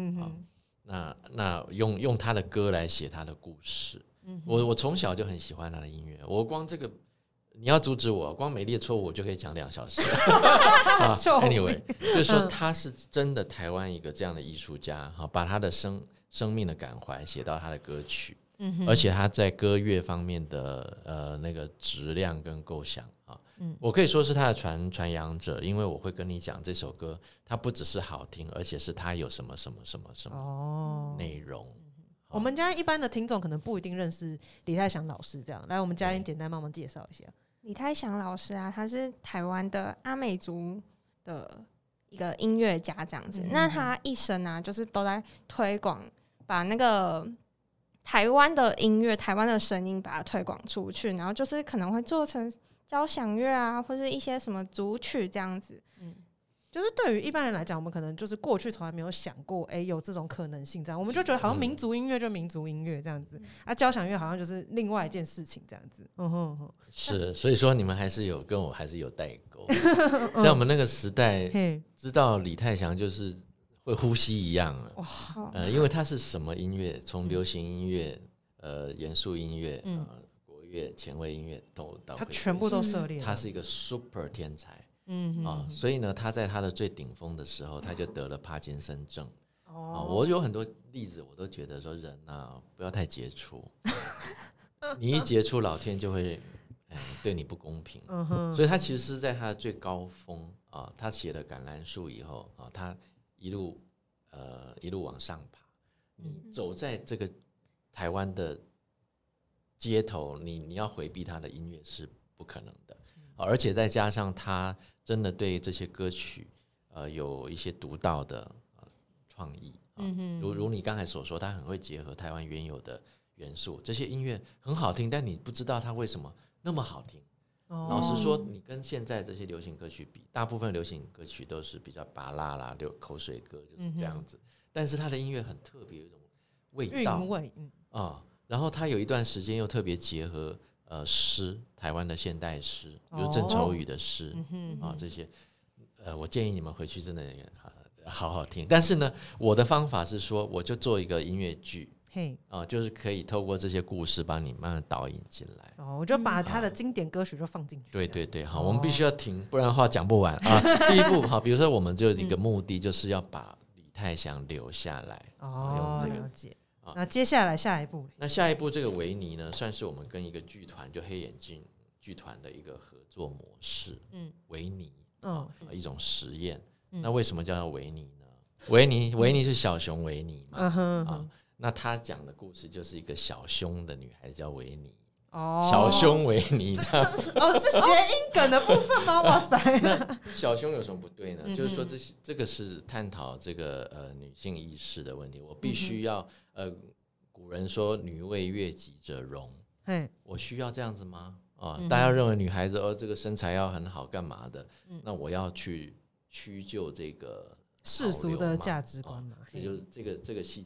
那用他的歌来写他的故事。我从小就很喜欢他的音乐，我光这个你要阻止我，光《美丽的错误》我就可以讲2小时。Anyway， 就是说他是真的台湾一个这样的艺术家，把他的生命的感怀写到他的歌曲。而且他在歌乐方面的那个质量跟构想我可以说是他的传扬者，因为我会跟你讲这首歌，它不只是好听，而且是它有什么什么什么什么内容。 我们家一般的听众可能不一定认识李泰祥老师，这样来，我们嘉音简单帮忙介绍一下。 李泰祥老师啊，他是台湾的阿美族的一个音乐家，这样子。那他一生啊，就是都在推广，把那个台湾的音乐、台湾的声音把它推广出去，然后就是可能会做成交响乐啊，或是一些什么组曲这样子。 就是对于一般人来讲，我们可能就是过去从来没有想过，有这种可能性，这样我们就觉得好像民族音乐就民族音乐这样子，交响乐好像就是另外一件事情这样子。 是，所以说你们还是跟我还是有代沟。在我们那个时代，知道李泰祥就是会呼吸一样因为他是什么音乐，从流行音乐、严肃音乐、国乐、前卫音乐都到， 他全部都涉猎。 他是一个 super 天才。所以呢，他在他的最顶峰的时候，他就得了帕金森症。我有很多例子，我都觉得说人不要太杰出，你一杰出，老天就会对你不公平。所以他其实是在他的最高峰他写了《橄榄树》以后他一路往上爬。你走在这个台湾的街头，你要回避他的音乐是不可能的。而且再加上他真的对这些歌曲有一些独到的创意如你刚才所说，他很会结合台湾原有的元素，这些音乐很好听，但你不知道它为什么那么好听。老实说，你跟现在这些流行歌曲比，大部分流行歌曲都是比较拔辣啦、口水歌，就是这样子。但是他的音乐很特别，有一种味道然后他有一段时间又特别结合诗，台湾的现代诗，比如郑愁予的诗这些我建议你们回去真的好好听。但是呢，我的方法是说，我就做一个音乐剧就是可以透过这些故事把你慢慢导引进来我就把他的经典歌曲就放进去。 对对对，好，我们必须要停，不然的话讲不完第一步比如说我们就有一个目的，就是要把李泰祥留下来用这个了解。那接下来下一步， 那下一步这个维尼呢，算是我们跟一个剧团，就黑眼镜剧团的一个合作模式。维尼一种实验。那为什么叫维尼呢？维尼是小熊维尼嘛那他讲的故事就是一个小胸的女孩叫维尼。小胸维尼是谐音梗的部分吗？哇塞， 那小胸有什么不对呢？就是说这个是探讨这个女性意识的问题。我必须要古人说女为悦己者容，我需要这样子吗？大家认为女孩子这个身材要很好干嘛的？那我要去屈就这个世俗的价值观嘛？ 也就是这个戏其实是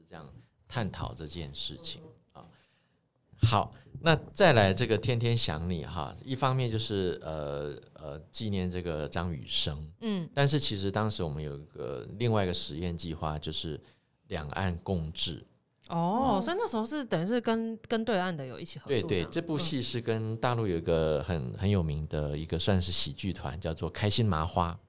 这样探讨这件事情啊。好，那再来这个天天想你哈，一方面就是纪念这个张雨生，但是其实当时我们有一个另外一个实验计划，就是两岸共治。 所以那时候是等于是跟对岸的有一起合作。 对，这部戏是跟大陆有一个很有名的一个算是喜剧团，叫做开心麻花。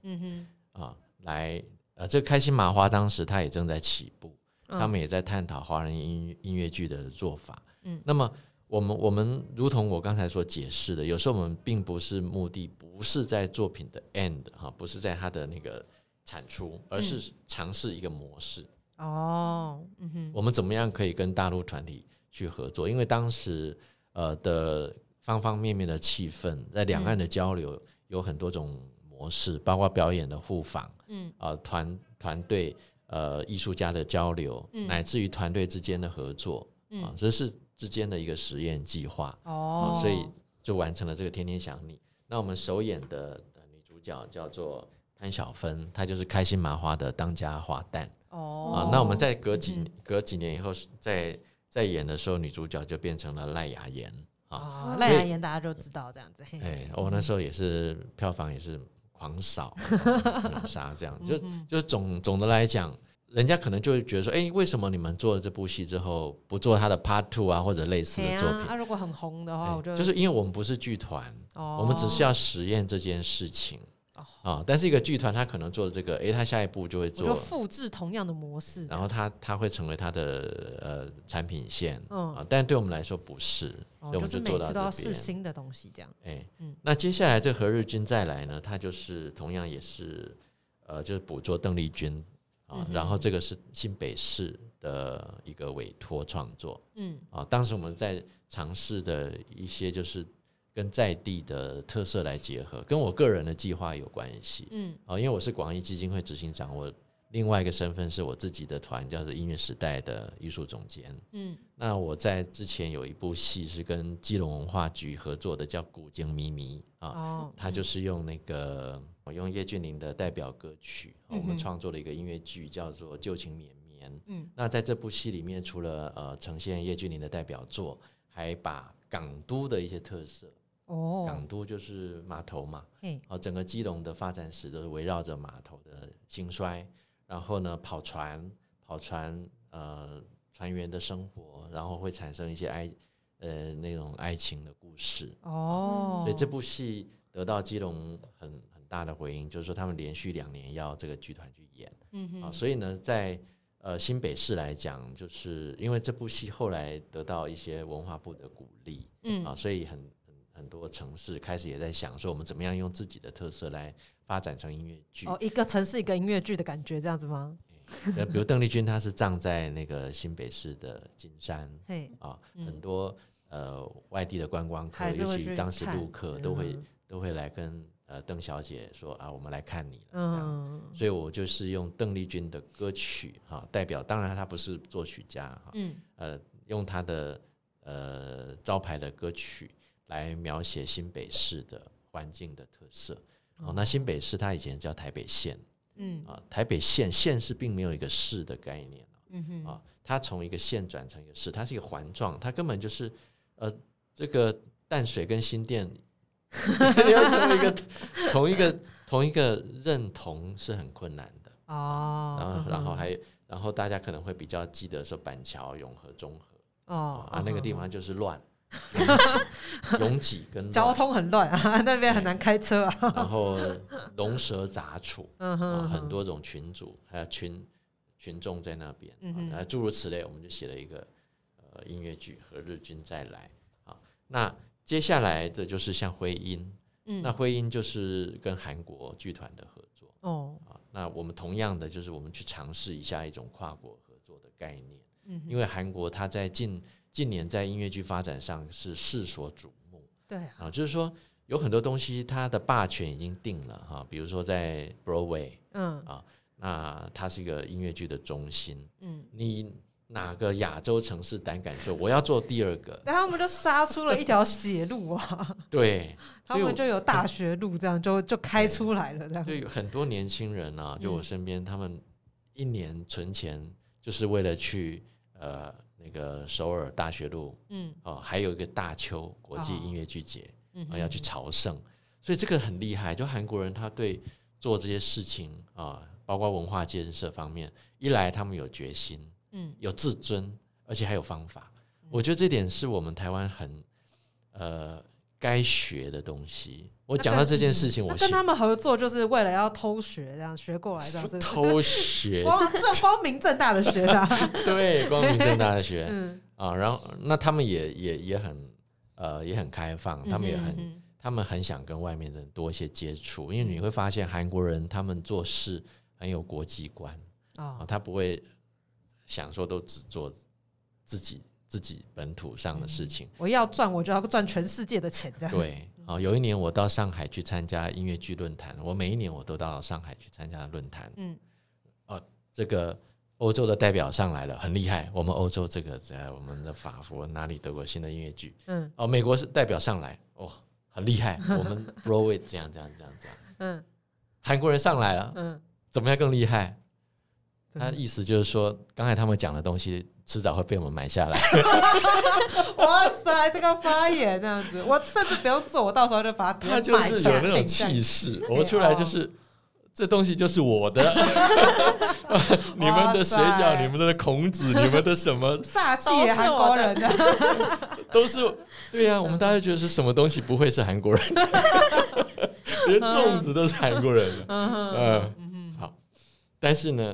这个开心麻花当时他也正在起步，他们也在探讨华人音乐剧的做法。那么我们如同我刚才所解释的，有时候我们并不是目的不是在作品的 end 不是在它的那个产出，而是尝试一个模式。我们怎么样可以跟大陆团体去合作？因为当时的方方面面的气氛，在两岸的交流有很多种模式，包括表演的互访，团队艺术家的交流，乃至于团队之间的合作，这是之间的一个实验计划。所以就完成了这个天天想你。那我们首演的女主角叫做潘晓芬，她就是开心麻花的当家花旦。那我们在隔几年以后在演的时候，女主角就变成了赖雅妍。 赖雅妍大家就知道这样子。 那时候也是票房也是狂扫杀这样。就总的来讲，人家可能就会觉得说，为什么你们做了这部戏之后不做他的 Part 2啊，或者类似的作品？ 如果很红的话， 就是因为我们不是剧团，我们只是要实验这件事情。但是一个剧团他可能做这个，他下一步就会做， 就复制同样的模式， 然后他会成为他的产品线。但对我们来说不是，所以我们就做到这边，就是每次都要试新的东西这样。那接下来这何日君再来呢？他就是同样也是就是捕捉邓丽君。然后这个是新北市的一个委托创作。当时我们在尝试的一些就是跟在地的特色来结合，跟我个人的计划有关系。因为我是广义基金会执行长，我另外一个身份是我自己的团叫做音乐时代的艺术总监。那我在之前有一部戏是跟基隆文化局合作的，叫古今咪咪它就是用我用叶俊麟的代表歌曲，我们创作了一个音乐剧叫做旧情绵绵。那在这部戏里面，除了呈现叶俊麟的代表作，还把港都的一些特色。港都就是码头嘛，整个基隆的发展史都是围绕着码头的兴衰，然后呢跑船船员的生活，然后会产生一些那种爱情的故事。所以这部戏得到基隆很大的回应，就是说他们连续2年要这个剧团去演。所以呢在新北市来讲，就是因为这部戏后来得到一些文化部的鼓励，所以很多城市开始也在想说，我们怎么样用自己的特色来发展成音乐剧。 一个城市一个音乐剧的感觉，这样子吗？ 比如邓丽君，她是葬在那个新北市的金山。很多外地的观光客，尤其当时陆客都会来跟邓小姐说我们来看你了。所以我就是用邓丽君的歌曲代表，当然她不是作曲家用她的招牌的歌曲来描写新北市的环境的特色。那新北市它以前叫台北县。台北县市并没有一个市的概念。它从一个县转成一个市，它是一个环状，它根本就是这个淡水跟新店你要成为一个同一个认同是很困难的。然后大家可能会比较记得说板桥、永和、中和那个地方就是乱。拥挤跟交通很乱那边很难开车然后龙蛇杂处很多种群组，还有群众在那边诸如此类，我们就写了一个音乐剧《何日君再来》。那接下来这就是像徽音，那徽音就是跟韩国剧团的合作。那我们同样的就是我们去尝试一下一种跨国合作的概念。因为韩国它在近年在音乐剧发展上是世所瞩目。就是说有很多东西它的霸权已经定了比如说在 Broadway 那它是一个音乐剧的中心。你哪个亚洲城市胆敢说我要做第2个？ 然后他们就杀出了一条血路对， 他们就有大学路，这样就开出来了。这样， 对，很多年轻人就我身边，他们1年存钱就是为了去那个首尔大学路，还有一个大邱国际音乐剧节，要去朝圣，所以这个很厉害。就韩国人他对做这些事情包括文化建设方面，一来他们有决心，有自尊，而且还有方法。我觉得这点是我们台湾很该学的东西。我讲到这件事情，我跟他们合作就是为了要偷学，这样学过来，这样子偷学， 光明正大的学的， 对，光明正大的学，然后那他们也很开放，他们很想跟外面的人多一些接触，因为你会发现韩国人他们做事很有国际观，他不会想说都只做自己本土上的事情， 我要赚我就要赚全世界的钱，这样对。有一年我到上海去参加音乐剧论坛，我每一年我都到上海去参加论坛，这个欧洲的代表上来了，很厉害。我们欧洲这个在我们的法国哪里得过新的音乐剧，美国是代表上来，很厉害，我们 Broadway 这样，韩国人上来了，怎么样更厉害？他意思就是说，刚才他们讲的东西迟早会被我们买下来。 哇塞，这个发言这样子，我甚至不用做，我到时候就把它直接买下来。 他就是有那种气势，我出来就是这东西就是我的。你们的水饺，你们的孔子，你们的什么煞气也韩国人的， 都是对呀。我们大家觉得是什么东西不会是韩国人的，连粽子都是韩国人的。好，但是呢。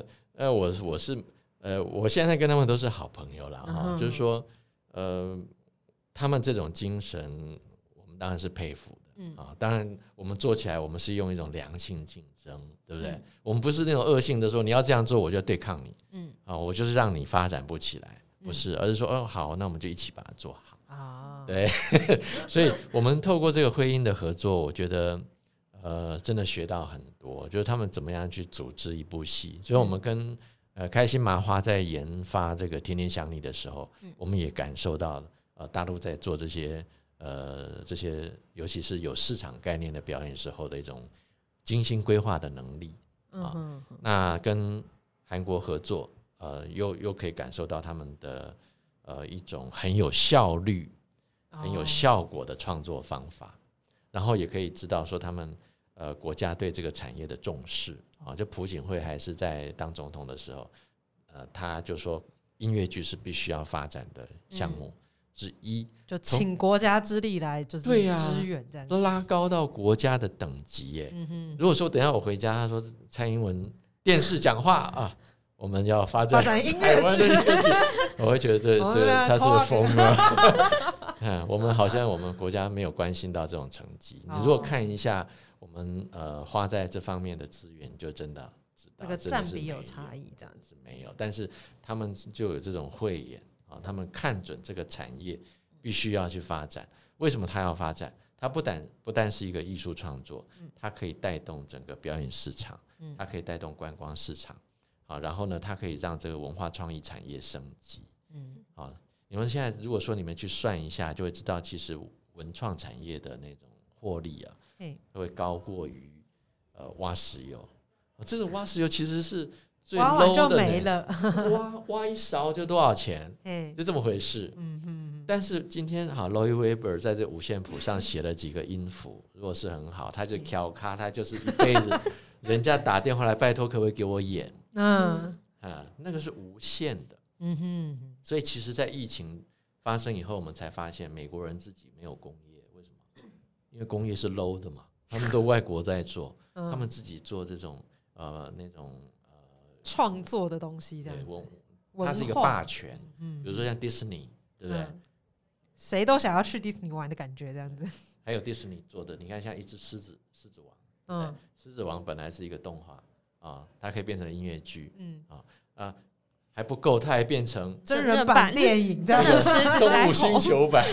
我现在跟他们都是好朋友了，就是说，他们这种精神，我们当然是佩服的，当然我们做起来，我们是用一种良性竞争，对不对？我们不是那种恶性的说你要这样做，我就要对抗你，我就是让你发展不起来，不是，而是说，好，那我们就一起把它做好，对，所以我们透过这个徽音的合作，我觉得。真的学到很多，就是他们怎么样去组织一部戏。所以我们跟开心麻花在研发这个《天天想你》的时候，我们也感受到大陆在做这些尤其是有市场概念的表演时候的一种精心规划的能力那跟韩国合作，又可以感受到他们的一种很有效率、很有效果的创作方法，然后也可以知道说他们。国家对这个产业的重视就朴槿惠还是在当总统的时候，他就说音乐剧是必须要发展的项目之一， 就请国家之力来就是支援这样， 都拉高到国家的等级耶。如果说等一下我回家，他说蔡英文电视讲话我们要发展台湾的音乐剧，我会觉得这他是疯了。我们好像我们国家没有关心到这种成绩。你如果看一下。我们花在这方面的资源，就真的知道这个占比有差异，这样子没有，但是他们就有这种慧眼他们看准这个产业必须要去发展。为什么他要发展？它不但是一个艺术创作，它可以带动整个表演市场，它可以带动观光市场，然后呢，它可以让这个文化创意产业升级。你们现在如果说你们去算一下，就会知道，其实文创产业的那种获利都会高过于挖石油。这个挖石油其实是最 low 的， 挖完就没了， 挖一勺就多少钱，就这么回事。但是今天好 ，Lloyd Webber 在这五线谱上写了几个音符，如果是很好，他就敲咖，他就是一辈子，人家打电话来拜托可不可以给我演，那个是无限的。所以其实，在疫情发生以后，我们才发现美国人自己没有工业。因为工业是 low 的嘛，他们都外国在做，他们自己做这种那种创作的东西，这样它是一个霸权。比如说像迪士尼，对不对？ 谁都想要去迪士尼玩的感觉，这样子。 还有迪士尼做的，你看像一只狮子王，狮子王本来是一个动画它可以变成音乐剧，还不够，它还变成真人版电影，真的狮子动物星球版。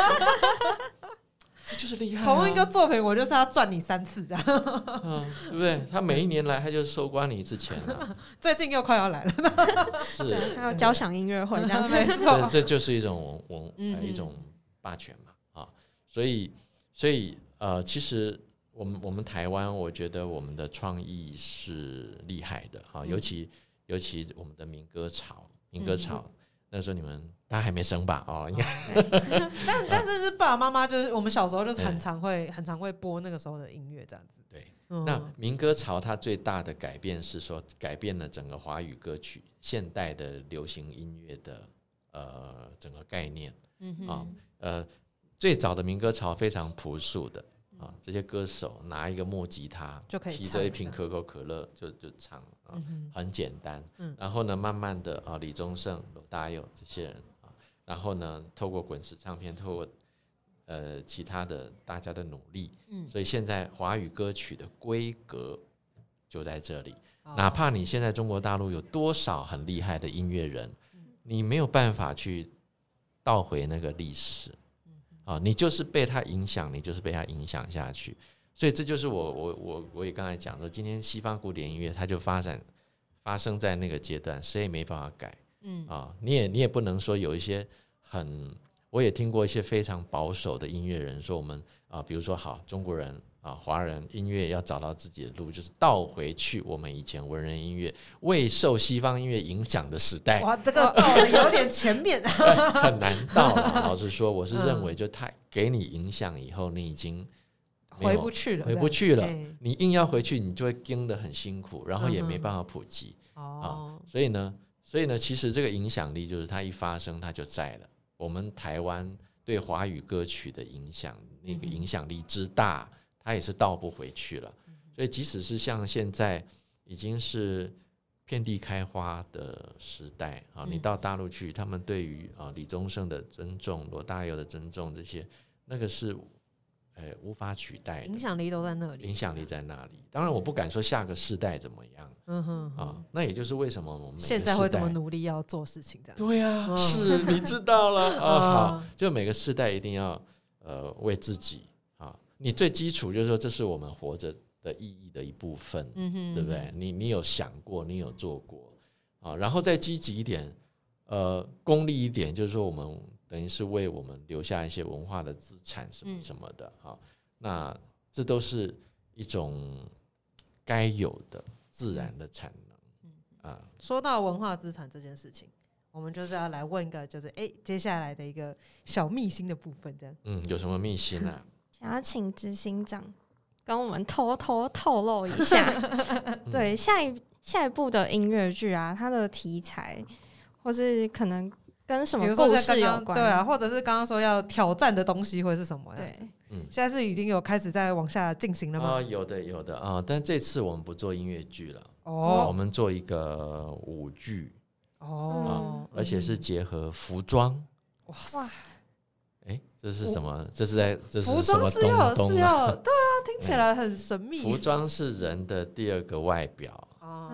这就是厉害同一个作品，我就是要赚你3次这样， 对不对？他每一年来，他就收刮你一次钱最近又快要来了， 是， 还有交响音乐会这样， 没错， 这就是一种一种霸权嘛所以其实我们台湾，我觉得我们的创意是厉害的尤其尤其我们的民歌潮，那时候你们大家还没生吧？哦，应该但是爸爸妈妈就是我们小时候就是很常会播那个时候的音乐这样子。 对，那民歌潮它最大的改变是说改变了整个华语歌曲现代的流行音乐的整个概念。最早的民歌潮非常朴素的这些歌手拿一个木吉他就可以提着一瓶可口可乐就唱很简单。然后呢，慢慢的李宗盛、罗大佑这些人然后呢，透过滚石唱片，透过其他的大家的努力，所以现在华语歌曲的规格就在这里。哪怕你现在中国大陆有多少很厉害的音乐人，你没有办法去倒回那个历史你就是被他影响，你就是被他影响下去。所以这就是我也刚才讲说，今天西方古典音乐它就发生在那个阶段，谁也没办法改。你也不能说有一些我也听过一些非常保守的音乐人说我们比如说好中国人华人音乐要找到自己的路，就是倒回去我们以前文人音乐未受西方音乐影响的时代。 哇，这个到了有点前面很难到了。老实说，我是认为就他给你影响以后，你已经回不去了。 你硬要回去，你就会跟得很辛苦，然后也没办法普及。所以呢，其实这个影响力就是它一发生，它就在了。我们台湾对华语歌曲的影响，那个影响力之大，它也是倒不回去了。所以即使是像现在已经是遍地开花的时代你到大陆去，他们对于李宗盛的尊重、罗大佑的尊重，这些那个是无法取代的， 影响力都在那里， 影响力在那里。当然我不敢说下个世代怎么样那也就是为什么我们每个世代现在会这么努力要做事情这样。 对啊是你知道了好，就每个世代一定要为自己你最基础就是说这是我们活着的意义的一部分对不对？你有想过，你有做过然后再积极一点功利一点，就是说我们等于是为我们留下一些文化的资产什么的那这都是一种该有的自然的产能说到文化资产这件事情，我们就是要来问一个就是接下来的一个小秘辛的部分这样。 有什么秘辛啊？ 想要请执行长跟我们偷偷透露一下对下一部的音乐剧它的题材或是可能跟什么故事有关， 对或者是刚刚说要挑战的东西会是什么？ 对， 现在是已经有开始在往下进行了吗？ 有的但这次我们不做音乐剧了我们做一个舞剧而且是结合服装。 哇塞！ 这是什么？这是服什么东对啊，听起来很神秘。 服装是人的第二个外表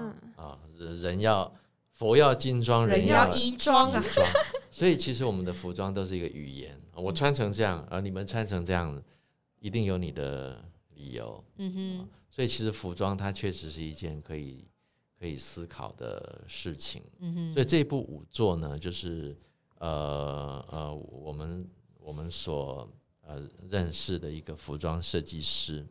佛要金装，人要衣装所以其实我们的服装都是一个语言。我穿成这样，而你们穿成这样，一定有你的理由。所以其实服装它确实是一件可以思考的事情。所以这部舞作呢，就是我们所认识的一个服装设计师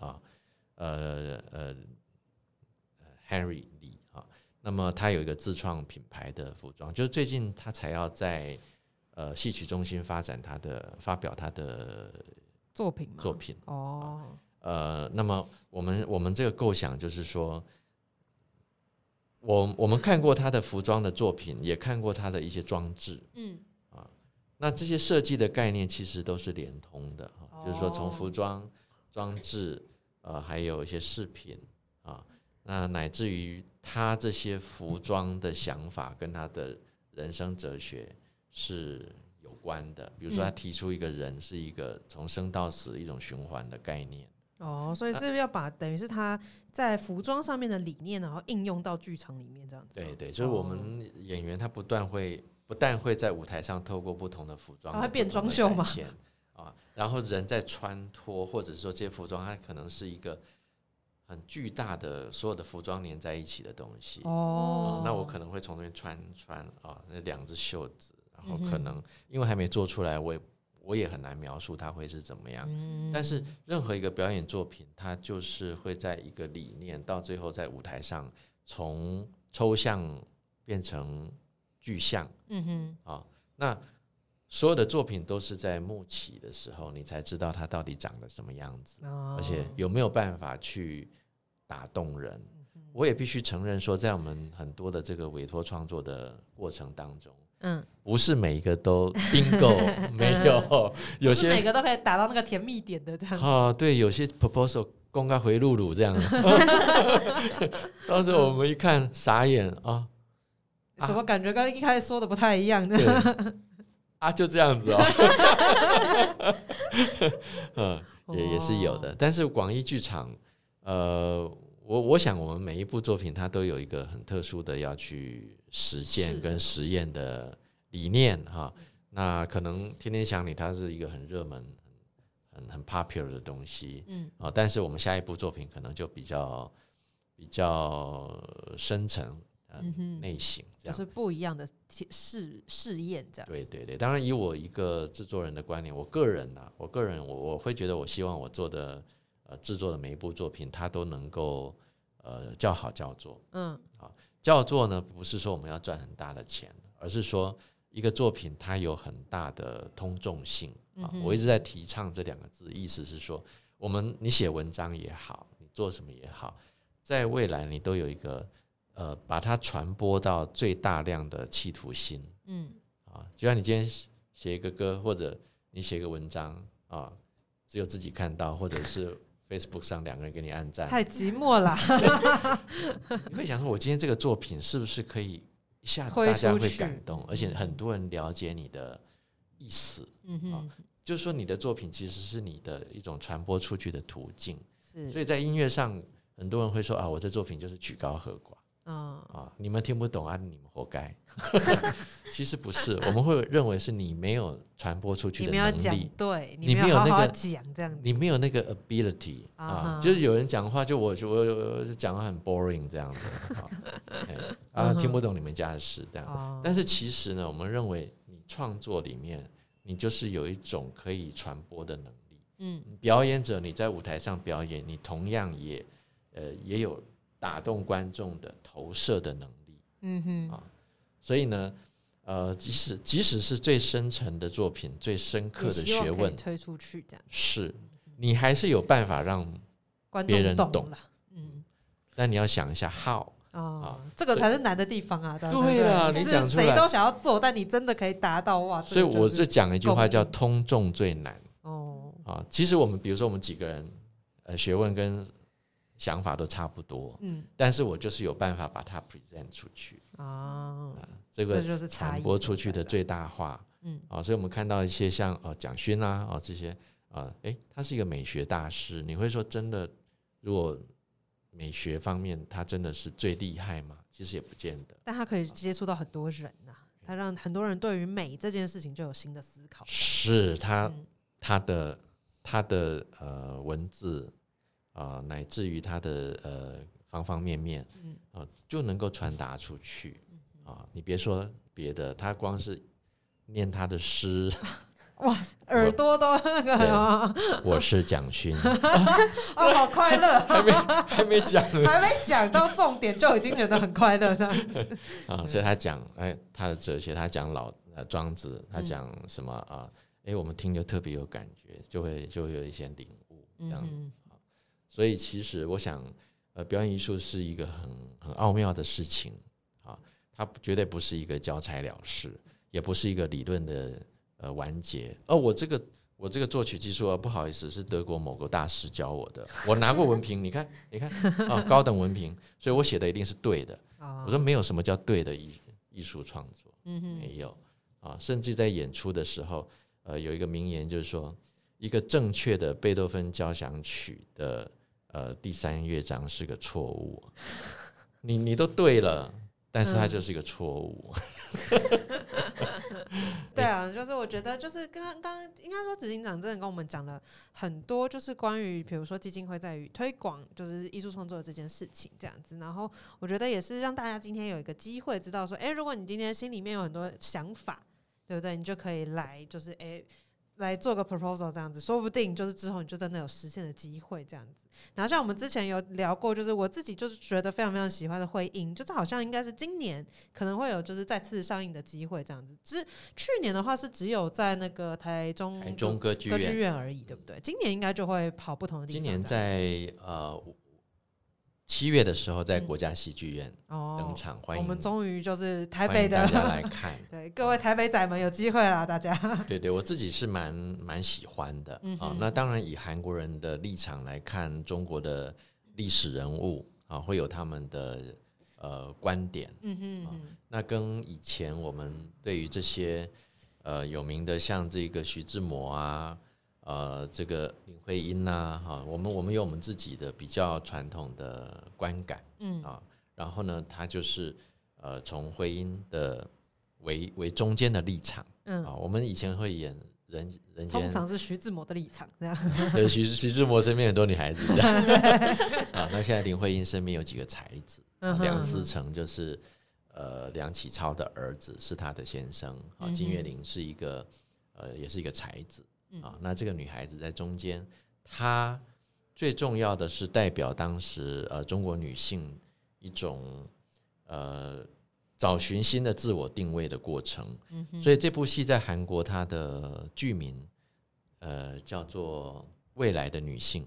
Henry Lee 那么他有一个自创品牌的服装，就是最近他才要在戏曲中心发表他的作品那么我们这个构想就是说，我们看过他的服装的作品，也看过他的一些装置那这些设计的概念其实都是连通的就是说从服装装置还有一些饰品那乃至于他这些服装的想法跟他的人生哲学是有关的。比如说他提出一个人是一个从生到死的一种循环的概念所以是要把等于是他在服装上面的理念然后应用到剧场里面这样子。 对，就是我们演员他不但会在舞台上透过不同的服装会变装秀吗然后人在穿脱，或者说这些服装它可能是一个很巨大的所有的服装连在一起的东西那我可能会从那边穿那两只袖子，然后可能因为还没做出来，我也很难描述它会是怎么样但是任何一个表演作品，它就是会在一个理念到最后在舞台上从抽象变成具象，那所有的作品都是在幕起的时候，你才知道它到底长得什么样子，而且有没有办法去打动人。我也必须承认说，在我们很多的这个委托创作的过程当中，不是每一个都 bingo 没有，有些每个都可以达到那个甜蜜点的这样。 对，有些 proposal 公开回路路这样当时我们一看傻眼怎么感觉跟一开始说的不太一样呢？ 就这样子也是有的。但是广义剧场我想我们每一部作品它都有一个很特殊的要去实践跟实验的理念那可能天天想你它是一个很热门很 popular 的东西但是我们下一部作品可能就比较深层内省， 就是不一样的试验这样。 对对对，当然以我一个制作人的观点，我个人我会觉得我希望我做的制作的每一部作品它都能够叫好叫座。叫座呢不是说我们要赚很大的钱，而是说一个作品它有很大的通众性我一直在提倡这2个字，意思是说你写文章也好，你做什么也好，在未来你都有一个把它传播到最大量的企图心。就像你今天写一个歌，或者你写一个文章只有自己看到，或者是 Facebook 上2个人给你按赞， 太寂寞了你会想说我今天这个作品是不是可以一下子大家会感动，而且很多人了解你的意思。就是说你的作品其实是你的一种传播出去的途径。所以在音乐上很多人会说我这作品就是曲高和寡你们听不懂你们活该其实不是，我们会认为是你没有传播出去的能力，你没有讲对，你没有好好讲这样子， 你没有那个 ability就是有人讲话就我讲得很 boring 这样子听不懂你们家的事这样但是其实呢，我们认为你创作里面你就是有一种可以传播的能力。表演者你在舞台上表演，你同样也有打动观众的投射的能力。所以呢即使是最深沉的作品，最深刻的学问推出去这样， 是你还是有办法让别人懂了。但你要想一下 how 这个才是难的地方对了，你讲出来谁都想要做，但你真的可以达到所以我就讲一句话叫通众最难。其实我们比如说我们几个人学问跟想法都差不多但是我就是有办法把它 present 出去这个就是传播出去的最大化。所以我们看到一些像蒋勋这些他是一个美学大师，你会说真的如果美学方面他真的是最厉害吗？其实也不见得， 但他可以接触到很多人他让很多人对于美这件事情就有新的思考。 是他的文字乃至于他的方方面面就能够传达出去你别说别的，他光是念他的诗哇，耳朵都那个我是蒋勋好快乐还没讲到重点就已经觉得很快乐所以他讲他的哲学，他讲庄子，他讲什么我们听就特别有感觉，就会有一些领悟这样所以其实我想表演艺术是一个很奥妙的事情它绝对不是一个交差了事，也不是一个理论的完结。我这个作曲技术不好意思，是德国某个大师教我的，我拿过文凭你看高等文凭，所以我写的一定是对的我说没有什么叫对的艺术创作没有甚至在演出的时候有一个名言，就是说一个正确的贝多芬交响曲的第3乐章是个错误你都对了，但是它就是一个错误对啊，就是我觉得就是刚刚应该说执行长真的跟我们讲了很多，就是关于比如说基金会在于推广就是艺术创作的这件事情这样子，然后我觉得也是让大家今天有一个机会知道说如果你今天心里面有很多想法对不对，你就可以来就是来做个 proposal 这样子，说不定就是之后你就真的有实现的机会这样子。然后像我们之前有聊过，就是我自己就是觉得非常非常喜欢的《徽因》，就是好像应该是今年可能会有就是再次上映的机会这样子。去年的话是只有在那个台中歌剧院而已，对不对？今年应该就会跑不同的地方。 今年在7月的时候在国家戏剧院登场，欢迎我们终于就是台北的大家来看。 对，各位台北仔们有机会啦，大家。 对，我自己是蛮喜欢的那当然以韩国人的立场来看中国的历史人物会有他们的观点那跟以前我们对于这些有名的像这个徐志摩啊这个林徽因我们有我们自己的比较传统的观感然后呢他就是从徽因的为中间的立场我们以前会演人间通常是徐志摩的立场这样对徐志摩身边很多女孩子这样那现在林徽因身边有几个才子梁思成就是梁启超的儿子是他的先生金岳霖是一个也是一个才子那这个女孩子在中间，她最重要的是代表当时中国女性一种找寻新的自我定位的过程所以这部戏在韩国它的剧名叫做未来的女性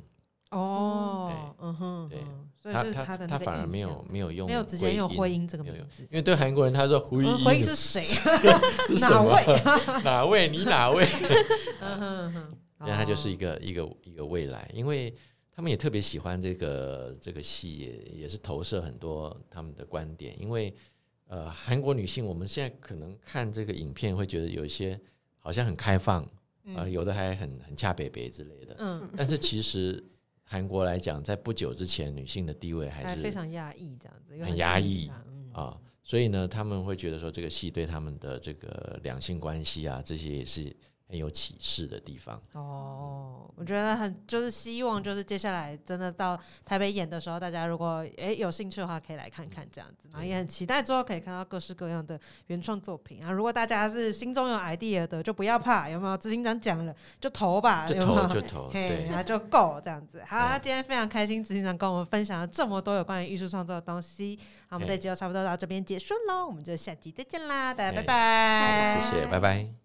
对所以是他的那个他反而没有直接用徽因这个名字， 因为对韩国人他说徽因是谁哪位你哪位因为他就是一个未来，因为他们也特别喜欢这个戏也是投射很多他们的观点，因为韩国女性我们现在可能看这个影片会觉得有一些好像很开放有的还很恰北北之类的但是其实韩国来讲在不久之前女性的地位还是非常压抑这样子很压抑所以呢他们会觉得说这个戏对他们的这个两性关系这些也是很有启示的地方我觉得就是希望就是接下来真的到台北演的时候大家如果有兴趣的话可以来看看这样子然后也很期待之后可以看到各式各样的原创作品如果大家是心中有 idea 的就不要怕有没有执行长讲了就投吧就投对然后就够这样子好今天非常开心执行长跟我们分享了这么多有关于艺术创作的东西好我们这集就差不多到这边结束咯我们就下集再见啦大家拜拜谢谢拜拜。